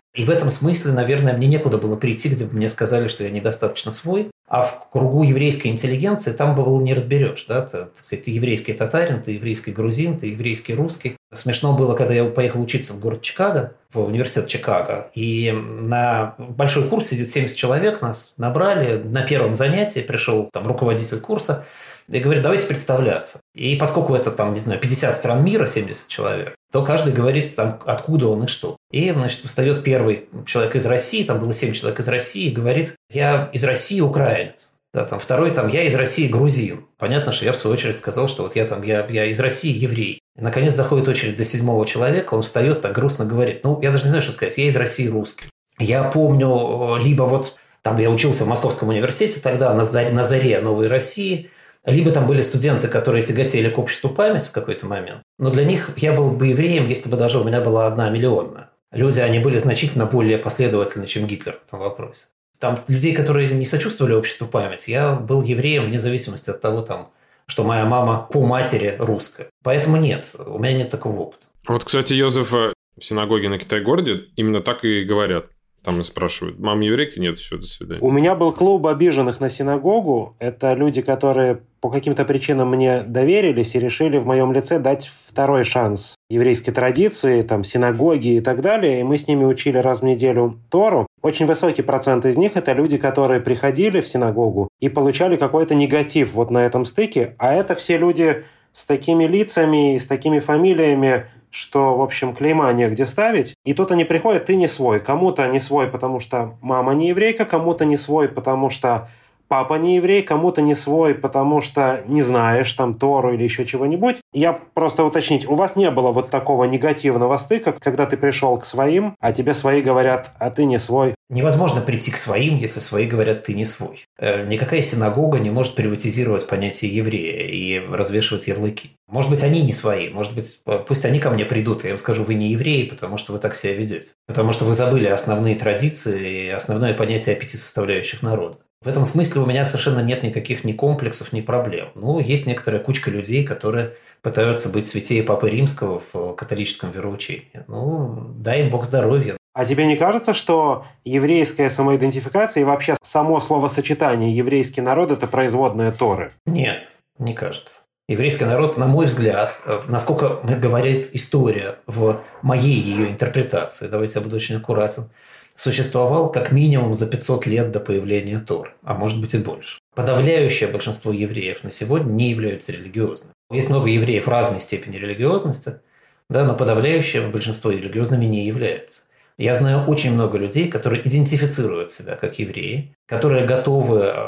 И в этом смысле, наверное, мне некуда было прийти, где бы мне сказали, что я недостаточно свой. А в кругу еврейской интеллигенции там было не разберешь. Да? Ты, так сказать, ты еврейский татарин, ты еврейский грузин, ты еврейский русский. Смешно было, когда я поехал учиться в город Чикаго, в университет Чикаго, и на большой курс сидит семьдесят человек, нас набрали. На первом занятии пришел там руководитель курса и говорит, давайте представляться. И поскольку это там, не знаю, пятьдесят стран мира, семьдесят человек, то каждый говорит, там, откуда он и что. И, значит, встает первый человек из России, там было семь человек из России, и говорит, я из России украинец. Да, там, второй, там, я из России грузин. Понятно, что я, в свою очередь, сказал, что вот я, там, я, я из России еврей. И, наконец, доходит очередь до седьмого человека, он встает, так грустно говорит, ну, я даже не знаю, что сказать, я из России русский. Я помню, либо вот, там, я учился в Московском университете тогда, на заре, на заре Новой России, либо там были студенты, которые тяготели к обществу память в какой-то момент. Но для них я был бы евреем, если бы даже у меня была одна миллионная. Люди, они были значительно более последовательны, чем Гитлер в этом вопросе. Там людей, которые не сочувствовали обществу память, я был евреем вне зависимости от того, там, что моя мама по матери русская. Поэтому нет, у меня нет такого опыта. Вот, кстати, Йозефа в синагоге на Китай-городе именно так и говорят. Там и спрашивают, мама еврейка? Нет, все, до свидания. У меня был клуб обиженных на синагогу. Это люди, которые по каким-то причинам мне доверились и решили в моем лице дать второй шанс еврейской традиции, там, синагоги и так далее. И мы с ними учили раз в неделю Тору. Очень высокий процент из них – это люди, которые приходили в синагогу и получали какой-то негатив вот на этом стыке. А это все люди с такими лицами и с такими фамилиями, что, в общем, клейма негде ставить. И тут они приходят, ты не свой. Кому-то не свой, потому что мама не еврейка, кому-то не свой, потому что папа не еврей, кому-то не свой, потому что не знаешь там Тору или еще чего-нибудь. Я просто уточнить, у вас не было вот такого негативного стыка, когда ты пришел к своим, а тебе свои говорят, а ты не свой? Невозможно прийти к своим, если свои говорят, ты не свой. Никакая синагога не может приватизировать понятие еврея и развешивать ярлыки. Может быть, они не свои, может быть, пусть они ко мне придут, и я им скажу, вы не евреи, потому что вы так себя ведете. Потому что вы забыли основные традиции и основное понятие о пяти составляющих народа. В этом смысле у меня совершенно нет никаких ни комплексов, ни проблем. Ну, есть некоторая кучка людей, которые пытаются быть святее Папы Римского в католическом вероучении. Ну, дай им Бог здоровья. А тебе не кажется, что еврейская самоидентификация и вообще само словосочетание «еврейский народ» – это производная Торы? Нет, не кажется. Еврейский народ, на мой взгляд, насколько говорит история в моей ее интерпретации, давайте я буду очень аккуратен, существовал как минимум за пятьсот лет до появления Торы, а может быть и больше. Подавляющее большинство евреев на сегодня не являются религиозными. Есть много евреев разной степени религиозности, да, но подавляющее большинство религиозными не является. Я знаю очень много людей, которые идентифицируют себя как евреи, которые готовы э,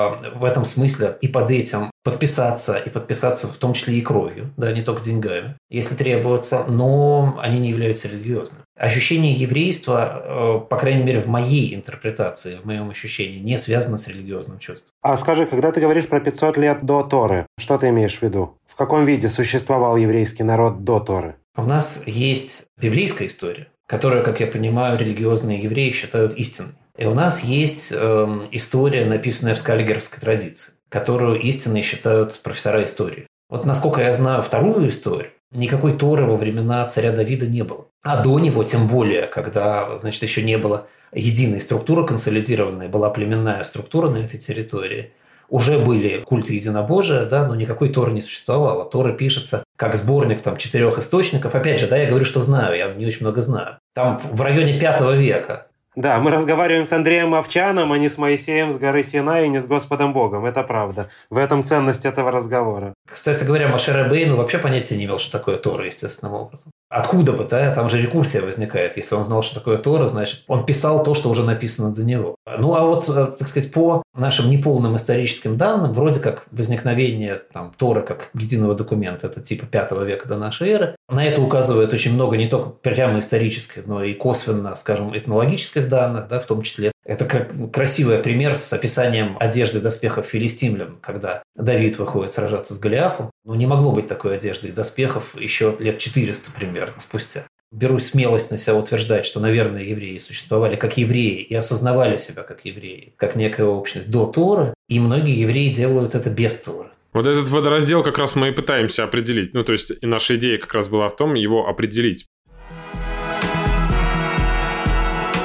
в этом смысле и под этим подписаться, и подписаться в том числе и кровью, да, не только деньгами, если требуется, но они не являются религиозными. Ощущение еврейства, э, по крайней мере, в моей интерпретации, в моем ощущении, не связано с религиозным чувством. А скажи, когда ты говоришь про пятьсот лет до Торы, что ты имеешь в виду? В каком виде существовал еврейский народ до Торы? У нас есть библейская история, которую, как я понимаю, религиозные евреи считают истинной. И у нас есть э, история, написанная в скальгеровской традиции, которую истинной считают профессора истории. Вот насколько я знаю вторую историю, никакой Торы во времена царя Давида не было. А до него, тем более, когда, значит, еще не было единой структуры консолидированной, была племенная структура на этой территории, уже были культы единобожия, да, но никакой Торы не существовало. Тора пишется как сборник там, четырех источников. Опять же, да, я говорю, что знаю, я не очень много знаю. Там в районе пятого века. Да, мы разговариваем с Андреем Овчаном, а не с Моисеем с горы Синай и не с Господом Богом. Это правда. В этом ценность этого разговора. Кстати говоря, Моше Рабейну вообще понятия не имел, что такое Тора, естественным образом. Откуда бы, да? Там же рекурсия возникает. Если он знал, что такое Тора, значит, он писал то, что уже написано до него. Ну, а вот, так сказать, по нашим неполным историческим данным, вроде как возникновение там, Торы как единого документа, это типа пятого века до нашей эры, на это указывает очень много не только прямо исторических, но и косвенно, скажем, этнологических данных, да, в том числе. Это как красивый пример с описанием одежды и доспехов филистимлян, когда Давид выходит сражаться с Голиафом. Ну, не могло быть такой одежды и доспехов еще лет четыреста примерно спустя. Беру смелость на себя утверждать, что, наверное, евреи существовали как евреи и осознавали себя как евреи, как некая общность до Торы, и многие евреи делают это без Торы. Вот этот водораздел как раз мы и пытаемся определить. Ну, то есть, и наша идея как раз была в том, его определить.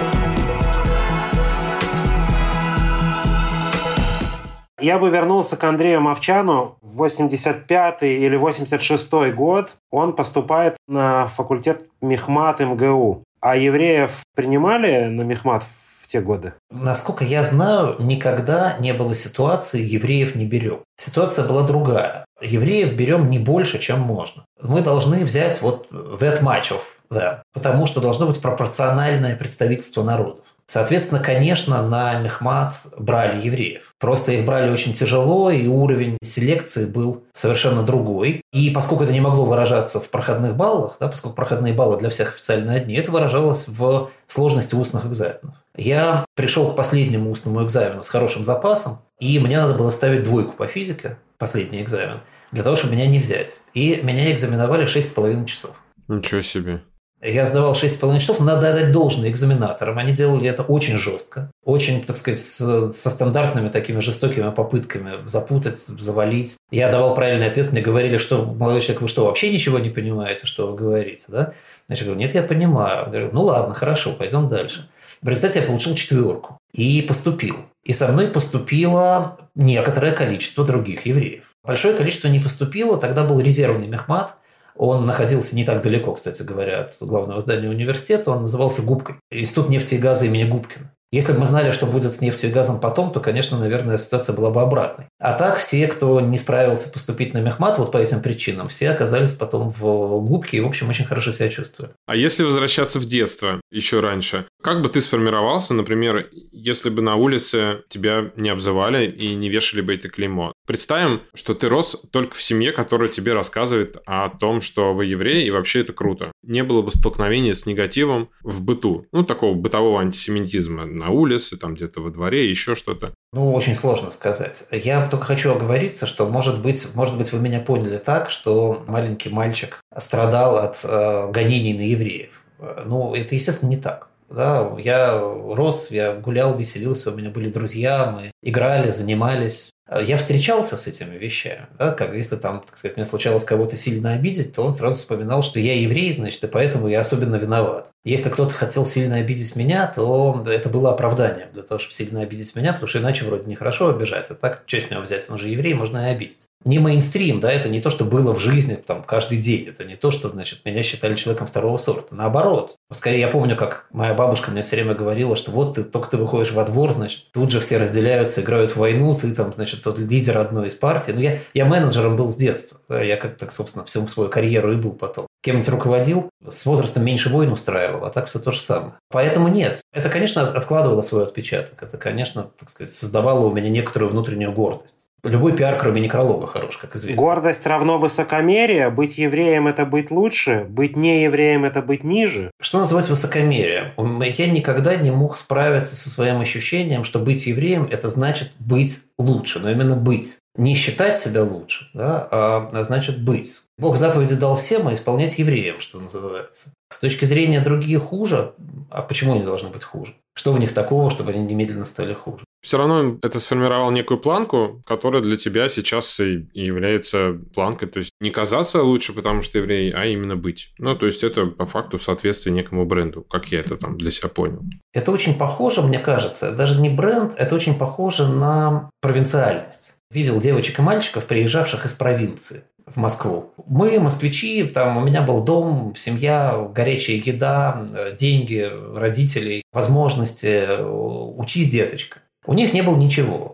Я бы вернулся к Андрею Мовчану. В восемьдесят пятый или восемьдесят шестой год он поступает на факультет мехмат эм гэ у. А евреев принимали на мехмат в те годы? Насколько я знаю, никогда не было ситуации «евреев не берем». Ситуация была другая. Евреев берем не больше, чем можно. Мы должны взять вот that much of them, потому что должно быть пропорциональное представительство народов. Соответственно, конечно, на мехмат брали евреев. Просто их брали очень тяжело, и уровень селекции был совершенно другой. И поскольку это не могло выражаться в проходных баллах, да, поскольку проходные баллы для всех официально одни, это выражалось в сложности устных экзаменов. Я пришел к последнему устному экзамену с хорошим запасом, и мне надо было ставить двойку по физике, последний экзамен, для того, чтобы меня не взять. И меня экзаменовали шесть с половиной часов. Ничего себе. Я сдавал шесть с половиной часов, надо отдать должное экзаменаторам. Они делали это очень жестко, очень, так сказать, с, со стандартными такими жестокими попытками запутать, завалить. Я давал правильный ответ, мне говорили, что, молодой человек, вы что, вообще ничего не понимаете, что вы говорите, да? Значит, я говорю, нет, я понимаю. Я говорю, ну ладно, хорошо, пойдем дальше. В результате я получил четверку и поступил. И со мной поступило некоторое количество других евреев. Большое количество не поступило, тогда был резервный мехмат. Он находился не так далеко, кстати говоря, от главного здания университета. Он назывался Губкой. Институт нефти и газа имени Губкина. Если бы мы знали, что будет с нефтью и газом потом, то, конечно, наверное, ситуация была бы обратной. А так все, кто не справился поступить на мехмат вот по этим причинам, все оказались потом в Губке и, в общем, очень хорошо себя чувствовали. А если возвращаться в детство, еще раньше, как бы ты сформировался, например, если бы на улице тебя не обзывали и не вешали бы это клеймо? Представим, что ты рос только в семье, которая тебе рассказывает о том, что вы евреи, и вообще это круто. Не было бы столкновения с негативом в быту, ну, такого бытового антисемитизма на улице, там где-то во дворе, еще что-то. Ну, очень сложно сказать. Я только хочу оговориться, что, может быть, может быть, вы меня поняли так, что маленький мальчик страдал от э, гонений на евреев. Ну, это, естественно, не так. Да, я рос, я гулял, веселился, у меня были друзья, мы играли, занимались. Я встречался с этими вещами. Да, как если там, так сказать, мне случалось кого-то сильно обидеть, то он сразу вспоминал, что я еврей, значит, и поэтому я особенно виноват. Если кто-то хотел сильно обидеть меня, то это было оправданием для того, чтобы сильно обидеть меня, потому что иначе вроде нехорошо обижать. А так, что с него взять? Он же еврей, можно и обидеть. Не мейнстрим, да, это не то, что было в жизни там каждый день. Это не то, что, значит, меня считали человеком второго сорта. Наоборот. Скорее, я помню, как моя бабушка мне все время говорила, что вот ты только ты выходишь во двор, значит, тут же все разделяются, играют в войну, ты там, значит, тот лидер одной из партий. Ну, я, я менеджером был с детства. Да, я как так, собственно, всю свою карьеру и был потом. Кем-нибудь руководил, с возрастом меньше войн устраивал, а так все то же самое. Поэтому нет. Это, конечно, откладывало свой отпечаток. Это, конечно, так сказать, создавало у меня некоторую внутреннюю гордость. Любой пиар, кроме некролога, хорош, как известно. Гордость равно высокомерие. Быть евреем – это быть лучше. Быть не евреем – это быть ниже. Что называть высокомерием? Я никогда не мог справиться со своим ощущением, что быть евреем – это значит быть лучше. Но именно быть. Не считать себя лучше, да, а значит быть. Бог заповеди дал всем, а исполнять евреям, что называется. С точки зрения других хуже, а почему они должны быть хуже? Что в них такого, чтобы они немедленно стали хуже? Все равно это сформировало некую планку, которая для тебя сейчас и является планкой. То есть не казаться лучше, потому что еврей, а именно быть. Ну, то есть это по факту в соответствии некому бренду, как я это там для себя понял. Это очень похоже, мне кажется, даже не бренд, это очень похоже на провинциальность. Видел девочек и мальчиков, приезжавших из провинции в Москву. Мы, москвичи, там у меня был дом, семья, горячая еда, деньги родителей, возможности. Учись, деточка. У них не было ничего.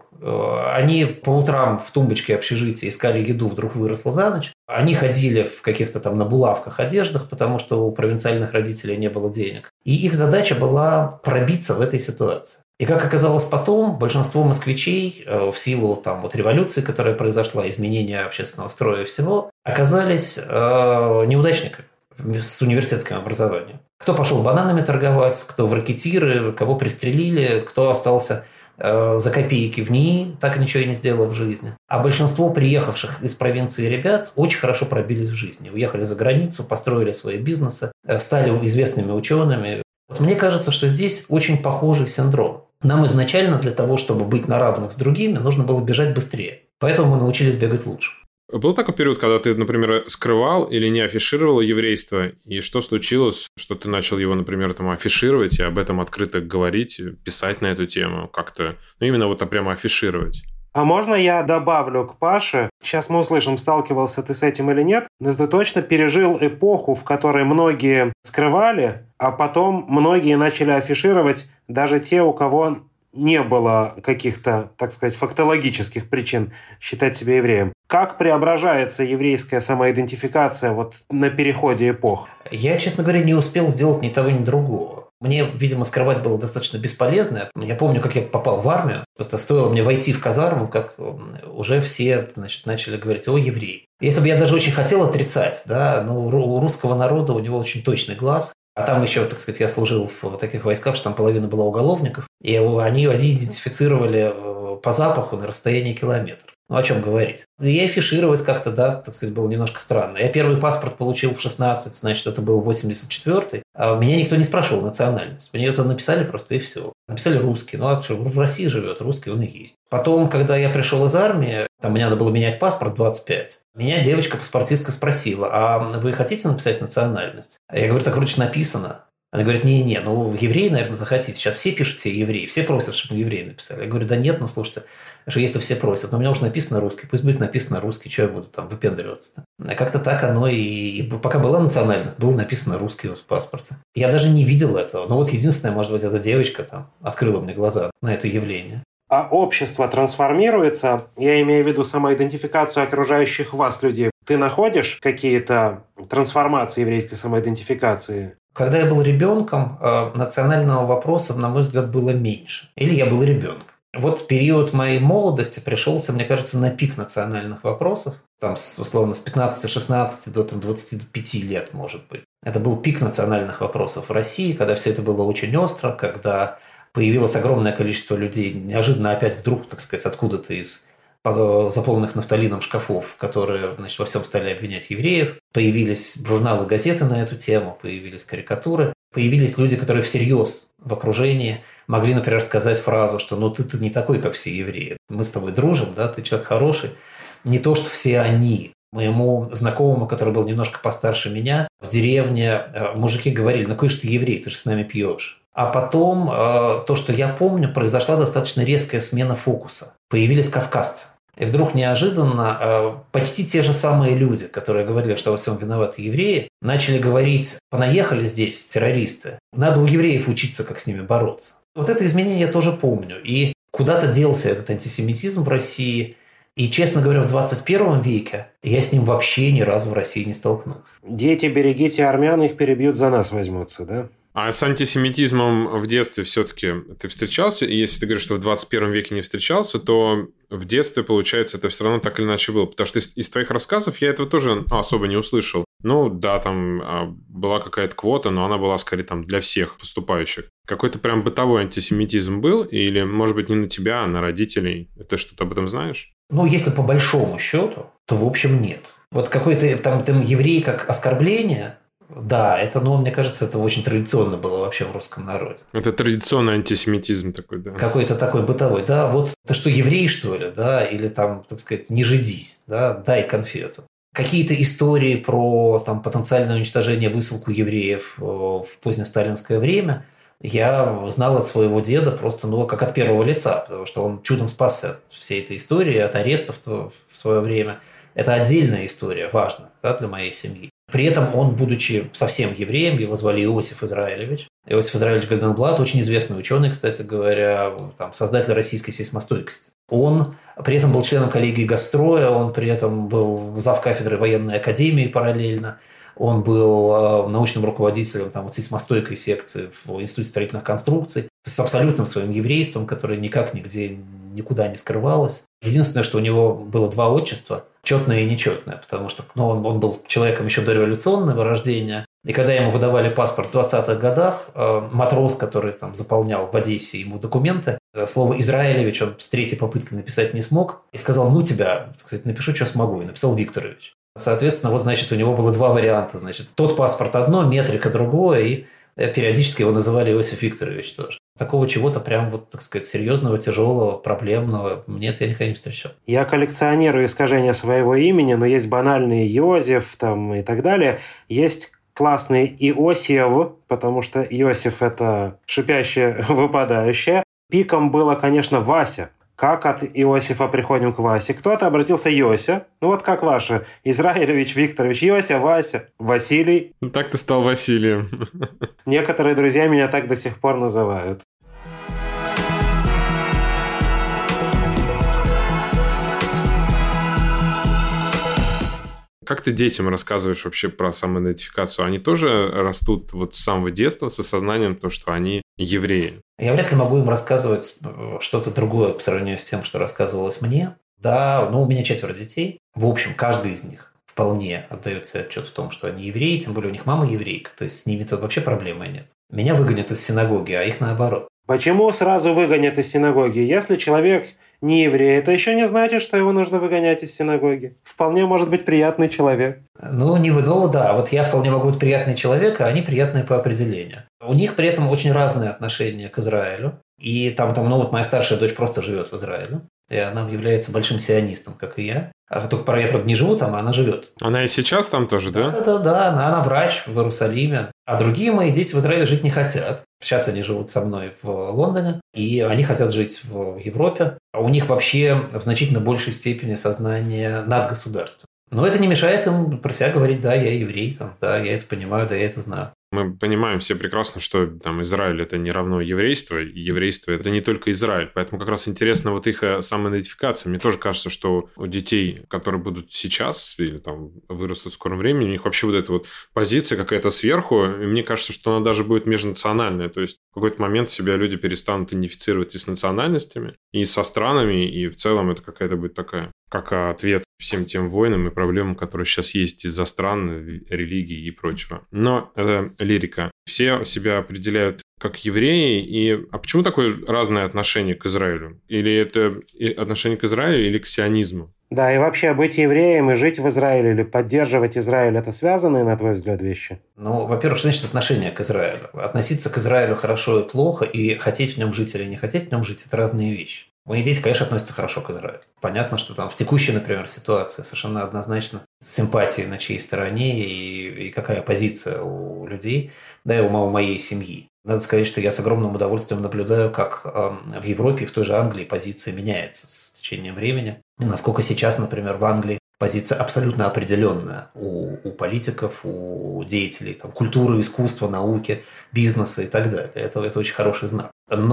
Они по утрам в тумбочке общежития искали еду, вдруг выросла за ночь. Они ходили в каких-то там на булавках одеждах, потому что у провинциальных родителей не было денег. И их задача была пробиться в этой ситуации. И как оказалось потом, большинство москвичей в силу там, вот, революции, которая произошла, изменения общественного строя и всего, оказались э, неудачниками с университетским образованием. Кто пошел бананами торговать, кто в ракетиры, кого пристрелили, кто остался э, за копейки в НИИ, так ничего и не сделал в жизни. А большинство приехавших из провинции ребят очень хорошо пробились в жизни. Уехали за границу, построили свои бизнесы, стали известными учеными. Вот мне кажется, что здесь очень похожий синдром. Нам изначально для того, чтобы быть на равных с другими, нужно было бежать быстрее. Поэтому мы научились бегать лучше. Был такой период, когда ты, например, скрывал или не афишировал еврейство, и что случилось, что ты начал его, например, там, афишировать и об этом открыто говорить, писать на эту тему как-то, ну, именно вот прямо афишировать? А можно я добавлю к Паше? Сейчас мы услышим, сталкивался ты с этим или нет, но ты точно пережил эпоху, в которой многие скрывали, а потом многие начали афишировать, даже те, у кого не было каких-то, так сказать, фактологических причин считать себя евреем. Как преображается еврейская самоидентификация вот на переходе эпох? Я, честно говоря, не успел сделать ни того, ни другого. Мне, видимо, скрывать было достаточно бесполезно. Я помню, как я попал в армию. Просто стоило мне войти в казарму, как уже все, значит, начали говорить: «О, еврей». Если бы я даже очень хотел отрицать, да, но у русского народа у него очень точный глаз. А там еще, так сказать, я служил в таких войсках, что там половина была уголовников, и они, они идентифицировали по запаху на расстоянии километра. Ну, о чем говорить? И афишировать как-то, да, так сказать, было немножко странно. Я первый паспорт получил в шестнадцать, значит, это был восемьдесят четвёртый. А меня никто не спрашивал национальность. Мне это написали просто, и все. Написали русский. Ну, а что, в России живет, русский он и есть. Потом, когда я пришел из армии, там мне надо было менять паспорт двадцать пять. Меня девочка-паспортистка спросила: а вы хотите написать национальность? Я говорю: так вроде же написано. Она говорит: не-не, ну, евреи, наверное, захотите. Сейчас все пишут себе евреи, все просят, чтобы мы евреи написали. Я говорю: да нет, ну, слушайте, что если все просят, но у меня уже написано русский, пусть будет написано русский, что я буду там выпендриваться-то. А как-то так оно и, и пока была национальность, было написано русский вот в паспорте. Я даже не видел этого. Но вот единственное, может быть, эта девочка там открыла мне глаза на это явление. А общество трансформируется, я имею в виду самоидентификацию окружающих вас людей. Ты находишь какие-то трансформации еврейской самоидентификации? Когда я был ребенком, национального вопроса, на мой взгляд, было меньше. Или я был ребенком. Вот период моей молодости пришелся, мне кажется, на пик национальных вопросов. Там, условно, с пятнадцати-шестнадцати до там, двадцати пяти лет, может быть. Это был пик национальных вопросов в России, когда все это было очень остро, когда появилось огромное количество людей, неожиданно опять вдруг, так сказать, откуда-то из заполненных нафталином шкафов, которые, значит, во всем стали обвинять евреев. Появились журналы, газеты на эту тему, появились карикатуры. Появились люди, которые всерьез в окружении могли, например, сказать фразу, что ну ты-то не такой, как все евреи. Мы с тобой дружим, да, ты человек хороший. Не то, что все они. Моему знакомому, который был немножко постарше меня, в деревне мужики говорили: ну какой же ты еврей, ты же с нами пьешь. А потом, то, что я помню, произошла достаточно резкая смена фокуса. Появились кавказцы. И вдруг неожиданно почти те же самые люди, которые говорили, что во всем виноваты евреи, начали говорить: понаехали здесь террористы, надо у евреев учиться, как с ними бороться. Вот это изменение я тоже помню. И куда-то делся этот антисемитизм в России. И, честно говоря, в двадцать первом веке я с ним вообще ни разу в России не столкнулся. Дети, берегите армян, их перебьют, за нас возьмутся, да? А с антисемитизмом в детстве все-таки ты встречался? И если ты говоришь, что в двадцать первом веке не встречался, то в детстве, получается, это все равно так или иначе было. Потому что из, из твоих рассказов я этого тоже ну, особо не услышал. Ну, да, там была какая-то квота, но она была скорее там для всех поступающих. Какой-то прям бытовой антисемитизм был? Или, может быть, не на тебя, а на родителей? Ты что-то об этом знаешь? Ну, если по большому счету, то, в общем, нет. Вот какой-то там, там еврей как оскорбление... Да, это, ну, мне кажется, это очень традиционно было вообще в русском народе. Это традиционный антисемитизм такой, да. Какой-то такой бытовой, да, вот ты что, еврей, что ли, да, или там, так сказать, не жидись, да, дай конфету. Какие-то истории про там потенциальное уничтожение, высылку евреев в позднесталинское время я знал от своего деда просто, ну, как от первого лица, потому что он чудом спасся от всей этой истории, от арестов в свое время. Это отдельная история, важная, да, для моей семьи. При этом он, будучи совсем евреем, его звали Иосиф Израилевич. Иосиф Израилевич Гольденблат, очень известный ученый, кстати говоря, там, создатель российской сейсмостойкости. Он при этом был членом коллегии Гастроя, он при этом был завкафедрой военной академии параллельно, он был научным руководителем там, вот, сейсмостойкой секции в Институте строительных конструкций с абсолютным своим еврейством, которое никак нигде никуда не скрывалось. Единственное, что у него было два отчества, четное и нечетное, потому что ну, он, он был человеком еще дореволюционного рождения. И когда ему выдавали паспорт в двадцатых годах, э, матрос, который там заполнял в Одессе ему документы, э, слово «Израилевич» он с третьей попытки написать не смог. И сказал: ну тебя, так сказать, напишу, что смогу. И написал Викторович. Соответственно, вот, значит, у него было два варианта. Значит, тот паспорт одно, метрика другое, и периодически его называли Иосиф Викторович тоже. Такого чего-то прям, вот, так сказать, серьезного, тяжелого, проблемного нет, я никогда не встречал. Я коллекционирую искажения своего имени, но есть банальный Иосиф там, и так далее. Есть классный Иосиф, потому что Иосиф – это шипящее, выпадающее. Пиком было, конечно, Вася. Как от Иосифа приходим к Васе? Кто-то обратился Йося. Ну вот как ваши? Израилевич, Викторович, Йося, Вася, Василий. Ну, так ты стал Василием. Некоторые друзья меня так до сих пор называют. Как ты детям рассказываешь вообще про самоидентификацию? Они тоже растут вот с самого детства с осознанием того, что они евреи? Я вряд ли могу им рассказывать что-то другое по сравнению с тем, что рассказывалось мне. Да, ну у меня четверо детей. В общем, каждый из них вполне отдает себе отчет в том, что они евреи, тем более у них мама еврейка, то есть с ними-то вообще проблемы нет. Меня выгонят из синагоги, а их наоборот. Почему сразу выгонят из синагоги? Если человек не еврей, это еще не значит, что его нужно выгонять из синагоги. Вполне может быть приятный человек. Ну, не вы, ну да, вот я вполне могу быть приятный человек, а они приятные по определению. У них при этом очень разные отношения к Израилю. И там, там, ну вот моя старшая дочь просто живет в Израиле. И она является большим сионистом, как и я. А только я, правда, не живу там, а она живет. Она и сейчас там тоже, да? Да-да-да, она, она врач в Иерусалиме. А другие мои дети в Израиле жить не хотят. Сейчас они живут со мной в Лондоне, и они хотят жить в Европе. А у них вообще в значительно большей степени сознание над государством. Но это не мешает им про себя говорить: да, я еврей, там, да, я это понимаю, да, я это знаю. Мы понимаем все прекрасно, что там Израиль – это не равно еврейство, и еврейство – это не только Израиль. Поэтому как раз интересно вот их самоидентификация. Мне тоже кажется, что у детей, которые будут сейчас или там вырастут в скором времени, у них вообще вот эта вот позиция какая-то сверху, и мне кажется, что она даже будет межнациональная. То есть в какой-то момент себя люди перестанут идентифицировать и с национальностями, и со странами, и в целом это какая-то будет такая, как ответ всем тем войнам и проблемам, которые сейчас есть из-за стран, религий и прочего. Но это лирика. Все себя определяют как евреи, и а почему такое разное отношение к Израилю? Или это отношение к Израилю, или к сионизму? Да, и вообще быть евреем и жить в Израиле или поддерживать Израиль – это связанные, на твой взгляд, вещи? Ну, во-первых, что значит отношение к Израилю? Относиться к Израилю хорошо и плохо, и хотеть в нем жить или не хотеть в нем жить – это разные вещи. Мои дети, конечно, относятся хорошо к Израилю. Понятно, что там в текущей, например, ситуации совершенно однозначно симпатии на чьей стороне и, и какая позиция у людей, да и у моей семьи. Надо сказать, что я с огромным удовольствием наблюдаю, как э, в Европе и в той же Англии позиция меняется с течением времени. И насколько сейчас, например, в Англии позиция абсолютно определенная у, у политиков, у деятелей там, культуры, искусства, науки, бизнеса и так далее. Это, это очень хороший знак.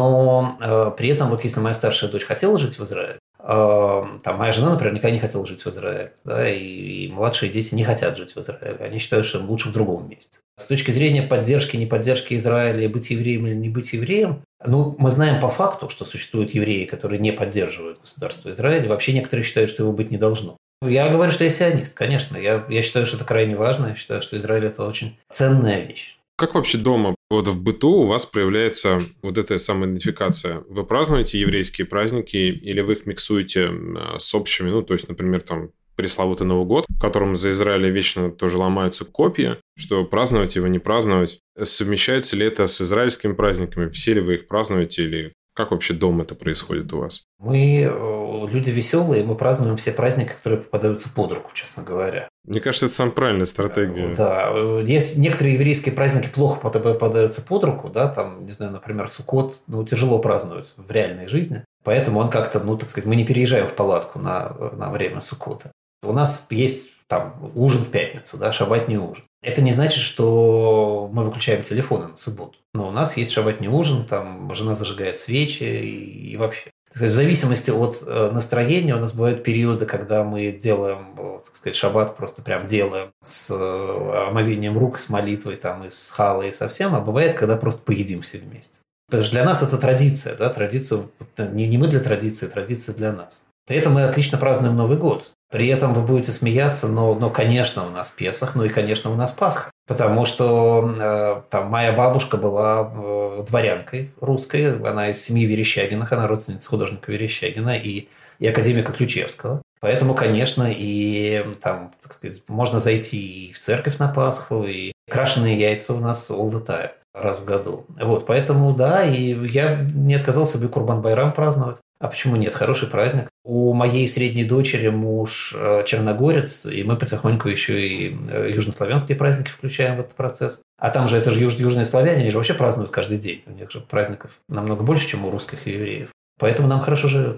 Но э, при этом, вот если моя старшая дочь хотела жить в Израиле, э, там моя жена, например, никогда не хотела жить в Израиле, да, и, и младшие дети не хотят жить в Израиле. Они считают, что им лучше в другом месте. С точки зрения поддержки, неподдержки Израиля, быть евреем или не быть евреем, ну, мы знаем по факту, что существуют евреи, которые не поддерживают государство Израиля. Вообще некоторые считают, что его быть не должно. Я говорю, что я сионист, конечно. Я, я считаю, что это крайне важно. Я считаю, что Израиль – это очень ценная вещь. Как вообще дома, вот в быту у вас проявляется вот эта самоидентификация? Вы празднуете еврейские праздники или вы их миксуете с общими? Ну, то есть, например, там пресловутый Новый год, в котором за Израиля вечно тоже ломаются копья, что праздновать его, не праздновать. Совмещается ли это с израильскими праздниками? Все ли вы их празднуете или как вообще дома это происходит у вас? Мы люди веселые, мы празднуем все праздники, которые попадаются под руку, честно говоря. Мне кажется, это самая правильная стратегия. Да, есть некоторые еврейские праздники плохо попадаются под руку, да, там, не знаю, например, Суккот, ну, тяжело праздновать в реальной жизни, поэтому он как-то, ну, так сказать, мы не переезжаем в палатку на, на время Суккота. У нас есть там ужин в пятницу, да, шаббатний ужин. Это не значит, что мы выключаем телефоны на субботу. Но у нас есть шаббатний ужин, там жена зажигает свечи и, и вообще. В зависимости от настроения у нас бывают периоды, когда мы делаем, так сказать, шаббат просто прям делаем с омовением рук, с молитвой, там, и с халой, и со всем. А бывает, когда просто поедим все вместе. Потому что для нас это традиция, да, традиция, не, не мы для традиции, традиция для нас. При этом мы отлично празднуем Новый год. При этом вы будете смеяться, но, но конечно, у нас Песах, ну и, конечно, у нас Пасха. Потому что э, там моя бабушка была э, дворянкой русской, она из семьи Верещагиных, она родственница художника Верещагина и, и академика Ключевского. Поэтому, конечно, и там, так сказать, можно зайти и в церковь на Пасху, и крашеные яйца у нас all the time, раз в году. Вот, поэтому, да, и я не отказался бы Курбан-Байрам праздновать. А почему нет? Хороший праздник. У моей средней дочери муж черногорец, и мы потихоньку еще и южнославянские праздники включаем в этот процесс. А там же это же юж- южные славяне, они же вообще празднуют каждый день. У них же праздников намного больше, чем у русских и евреев. Поэтому нам хорошо живется.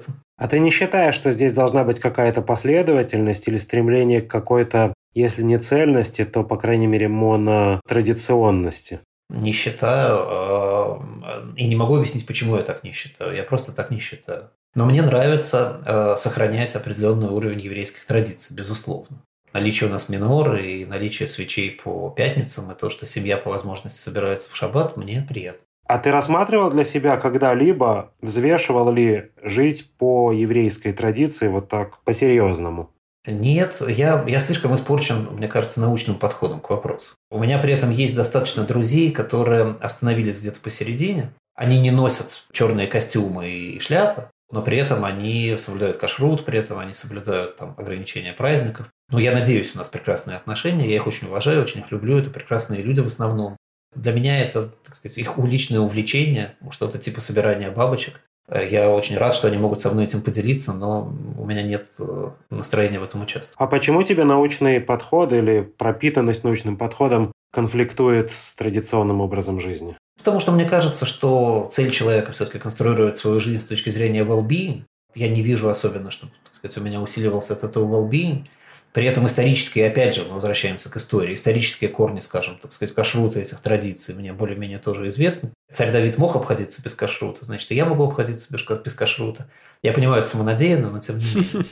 А ты не считаешь, что здесь должна быть какая-то последовательность или стремление к какой-то, если не цельности, то, по крайней мере, монотрадиционности? Не считаю. И не могу объяснить, почему я так не считаю. Я просто так не считаю. Но мне нравится сохранять определенный уровень еврейских традиций, безусловно. Наличие у нас миноры и наличие свечей по пятницам, и то, что семья по возможности собирается в шаббат, мне приятно. А ты рассматривал для себя когда-либо, взвешивал ли жить по еврейской традиции вот так по-серьезному? Нет, я, я слишком испорчен, мне кажется, научным подходом к вопросу. У меня при этом есть достаточно друзей, которые остановились где-то посередине. Они не носят черные костюмы и шляпы, но при этом они соблюдают кашрут, при этом они соблюдают там, ограничения праздников. Ну, я надеюсь, у нас прекрасные отношения, я их очень уважаю, очень их люблю, это прекрасные люди в основном. Для меня это, так сказать, их личное увлечение, что-то типа собирания бабочек. Я очень рад, что они могут со мной этим поделиться, но у меня нет настроения в этом участвовать. А почему тебе научный подход или пропитанность научным подходом конфликтует с традиционным образом жизни? Потому что мне кажется, что цель человека все-таки конструировать свою жизнь с точки зрения well-being. Я не вижу особенно, чтобы, так сказать, у меня усиливался от этого well-being. При этом исторические, опять же, мы возвращаемся к истории, исторические корни, скажем, так сказать, кашрута этих традиций мне более-менее тоже известны. Царь Давид мог обходиться без кашрута, значит, и я могу обходиться без кашрута. Я понимаю, это самонадеянно, но тем не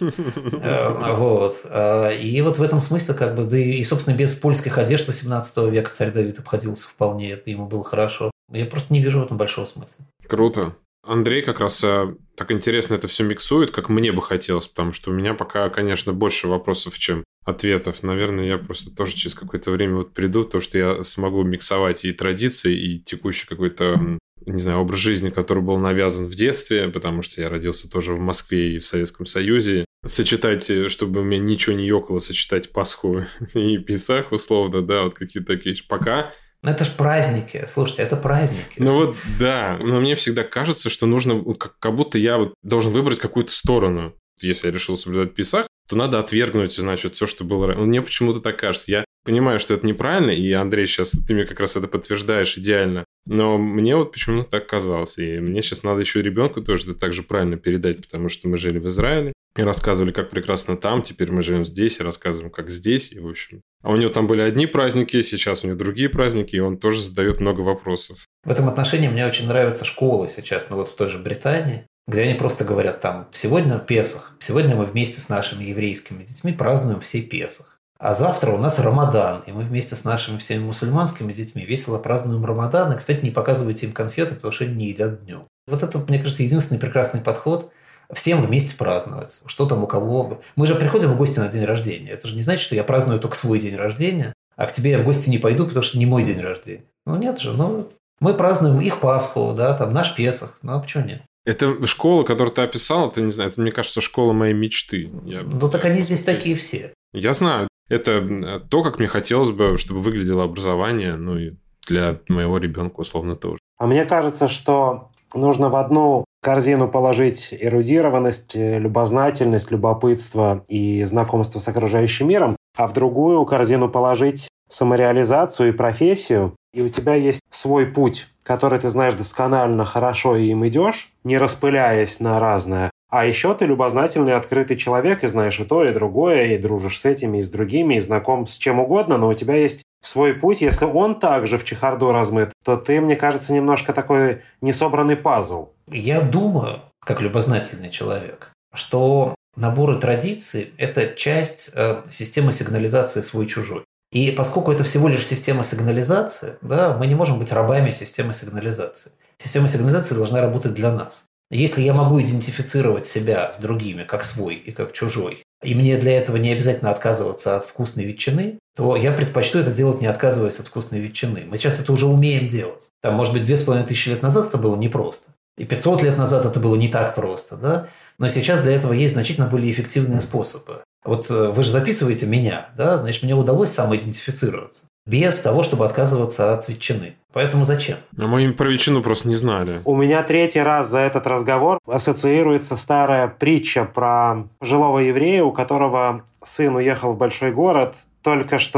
менее. Вот. И вот в этом смысле, как бы, да и, собственно, без польских одежд восемнадцатого века царь Давид обходился вполне, ему было хорошо. Я просто не вижу в этом большого смысла. Круто. Андрей как раз э, так интересно это все миксует, как мне бы хотелось, потому что у меня пока, конечно, больше вопросов, чем ответов. Наверное, я просто тоже через какое-то время вот приду, то, что я смогу миксовать и традиции, и текущий какой-то, не знаю, образ жизни, который был навязан в детстве, потому что я родился тоже в Москве и в Советском Союзе. Сочетать, чтобы у меня ничего не ёкало, сочетать Пасху и Песах, условно, да, вот какие-то такие вещи. Пока... Это ж праздники. Слушайте, это праздники. Ну вот, да. Но мне всегда кажется, что нужно, как, как будто я вот должен выбрать какую-то сторону. Если я решил соблюдать Песах, то надо отвергнуть, значит, все, что было раньше. Мне почему-то так кажется. Я понимаю, что это неправильно, и, Андрей, сейчас ты мне как раз это подтверждаешь идеально. Но мне вот почему-то так казалось. И мне сейчас надо еще ребенку тоже это так же правильно передать, потому что мы жили в Израиле и рассказывали, как прекрасно там, теперь мы живем здесь и рассказываем, как здесь, и в общем. А у него там были одни праздники, сейчас у него другие праздники, и он тоже задает много вопросов. В этом отношении мне очень нравятся школы сейчас, ну вот в той же Британии, где они просто говорят там, сегодня Песах, сегодня мы вместе с нашими еврейскими детьми празднуем все Песах. А завтра у нас Рамадан, и мы вместе с нашими всеми мусульманскими детьми весело празднуем Рамадан. И, кстати, не показывайте им конфеты, потому что они не едят днем. Вот это, мне кажется, единственный прекрасный подход. Всем вместе праздновать. Что там у кого... Мы же приходим в гости на день рождения. Это же не значит, что я праздную только свой день рождения, а к тебе я в гости не пойду, потому что не мой день рождения. Ну, нет же. Ну, мы празднуем их Пасху, да, там наш Песах. Ну, а почему нет? Это школа, которую ты описал, это, не знаю, это, мне кажется, школа моей мечты. Я... Ну, так они здесь такие все. Я знаю. Это то, как мне хотелось бы, чтобы выглядело образование, ну, и для моего ребенка, условно, тоже. А мне кажется, что нужно в одну корзину положить эрудированность, любознательность, любопытство и знакомство с окружающим миром, а в другую корзину положить самореализацию и профессию. И у тебя есть свой путь, который ты знаешь досконально, хорошо, и им идешь, не распыляясь на разное. А еще ты любознательный, открытый человек, и знаешь и то, и другое, и дружишь с этими, и с другими, и знаком с чем угодно, но у тебя есть свой путь. Если он также в чехарду размыт, то ты, мне кажется, немножко такой несобранный пазл. Я думаю, как любознательный человек, что наборы традиций – это часть э, системы сигнализации свой-чужой. И поскольку это всего лишь система сигнализации, да, мы не можем быть рабами системы сигнализации. Система сигнализации должна работать для нас. Если я могу идентифицировать себя с другими, как свой и как чужой, и мне для этого не обязательно отказываться от вкусной ветчины, то я предпочту это делать, не отказываясь от вкусной ветчины. Мы сейчас это уже умеем делать. Там, может быть, две с половиной тысячи лет назад это было непросто. И пятьсот лет назад это было не так просто, да? Но сейчас для этого есть значительно более эффективные способы. Вот вы же записываете меня, да? Значит, мне удалось самоидентифицироваться. Без того, чтобы отказываться от ветчины. Поэтому зачем? А мы про ветчину просто не знали. У меня третий раз за этот разговор ассоциируется старая притча про пожилого еврея, у которого сын уехал в большой город, только что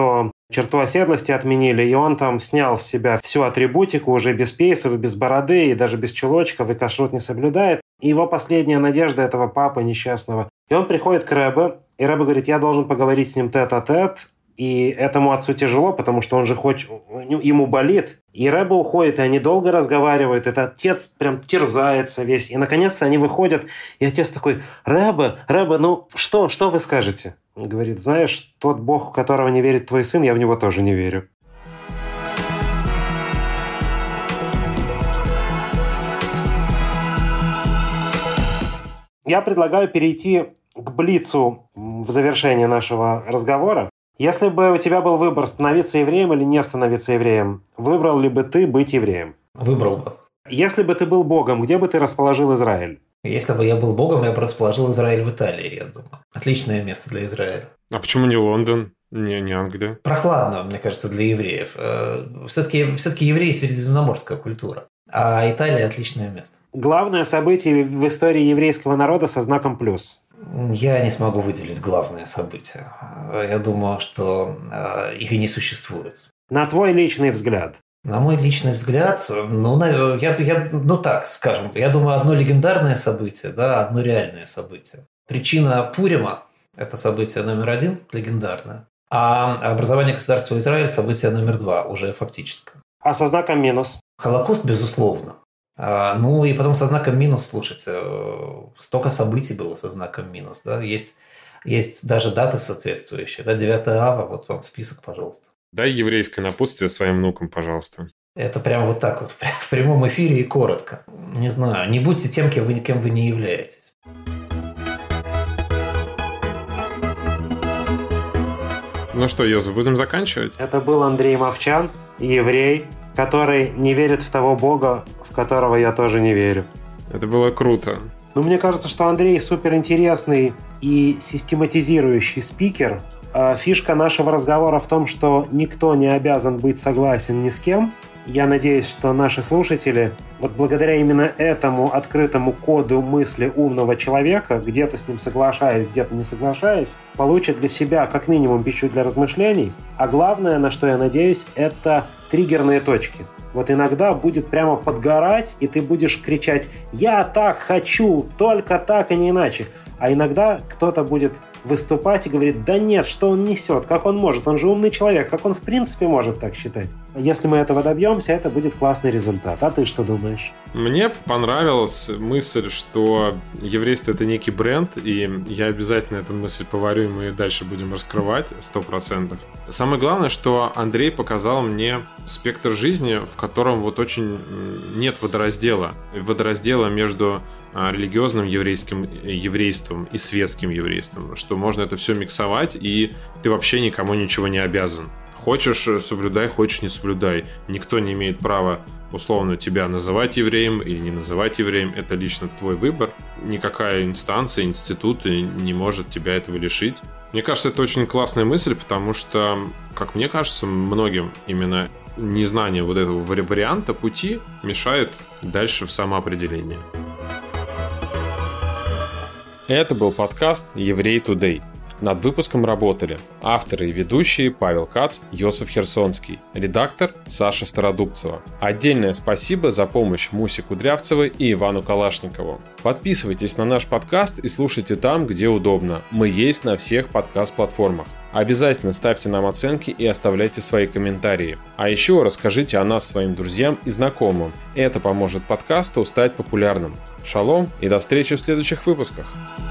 черту оседлости отменили, и он там снял с себя всю атрибутику уже без пейсов, без бороды, и даже без чулочков, и кашрут не соблюдает. И его последняя надежда этого папы несчастного. И он приходит к Рэбе, и Рэбе говорит, я должен поговорить с ним тет-а-тет, и этому отцу тяжело, потому что он же хочет, ему болит. И Рэбе уходит, и они долго разговаривают. Этот отец прям терзается весь. И наконец-то они выходят, и отец такой, Рэбе, Рэбе, ну что, что вы скажете? Он говорит, знаешь, тот Бог, в которого не верит твой сын, я в него тоже не верю. Я предлагаю перейти к блицу в завершение нашего разговора. Если бы у тебя был выбор, становиться евреем или не становиться евреем, выбрал ли бы ты быть евреем? Выбрал бы. Если бы ты был Богом, где бы ты расположил Израиль? Если бы я был Богом, я бы расположил Израиль в Италии, я думаю. Отличное место для Израиля. А почему не Лондон, не, не Англия? Прохладно, мне кажется, для евреев. Все-таки, все-таки евреи – средиземноморская культура. А Италия – отличное место. Главное событие в истории еврейского народа со знаком плюс. Я не смогу выделить главное событие. Я думаю, что их и не существует. На твой личный взгляд? На мой личный взгляд, ну, я, я, ну так, скажем, я думаю, одно легендарное событие, да, одно реальное событие. Причина Пурима – это событие номер один, легендарное, а образование государства Израиль – событие номер два, уже фактическое. А со знаком минус? Холокост, безусловно. А, ну и потом со знаком минус, слушайте, столько событий было со знаком минус, да, есть, есть даже даты соответствующие, да, девятое ава, вот вам список, пожалуйста. Дай еврейское напутствие своим внукам, пожалуйста. Это прям вот так вот, в прямом эфире и коротко. Не знаю, не будьте тем, кем вы, кем вы не являетесь. Ну что, Йозеф, будем заканчивать? Это был Андрей Мовчан, еврей, который не верит в того Бога, в которого я тоже не верю. Это было круто. Ну, мне кажется, что Андрей суперинтересный и систематизирующий спикер. Фишка нашего разговора в том, что никто не обязан быть согласен ни с кем. Я надеюсь, что наши слушатели, вот благодаря именно этому открытому коду мысли умного человека, где-то с ним соглашаясь, где-то не соглашаясь, получат для себя как минимум пищу для размышлений. А главное, на что я надеюсь, это триггерные точки. Вот иногда будет прямо подгорать, и ты будешь кричать «Я так хочу, только так и не иначе». А иногда кто-то будет выступать и говорит, да нет, что он несет, как он может, он же умный человек, как он в принципе может так считать. Если мы этого добьемся, это будет классный результат. А ты что думаешь? Мне понравилась мысль, что еврейство — это некий бренд, и я обязательно эту мысль поварю, и мы ее дальше будем раскрывать сто процентов. Самое главное, что Андрей показал мне спектр жизни, в котором вот очень нет водораздела. Водораздела между религиозным еврейским еврейством и светским еврейством, что можно это все миксовать, и ты вообще никому ничего не обязан. Хочешь — соблюдай, хочешь — не соблюдай. Никто не имеет права условно тебя называть евреем или не называть евреем. Это лично твой выбор. Никакая инстанция, институт не может тебя этого лишить. Мне кажется, это очень классная мысль, потому что, как мне кажется, многим именно незнание вот этого варианта пути мешает дальше в самоопределении. Это был подкаст «Еврей Тудей». Над выпуском работали авторы и ведущие Павел Кац, Йосеф Херсонский, редактор Саша Стародубцева. Отдельное спасибо за помощь Мусе Кудрявцевой и Ивану Калашникову. Подписывайтесь на наш подкаст и слушайте там, где удобно. Мы есть на всех подкаст-платформах. Обязательно ставьте нам оценки и оставляйте свои комментарии. А еще расскажите о нас своим друзьям и знакомым. Это поможет подкасту стать популярным. Шалом и до встречи в следующих выпусках.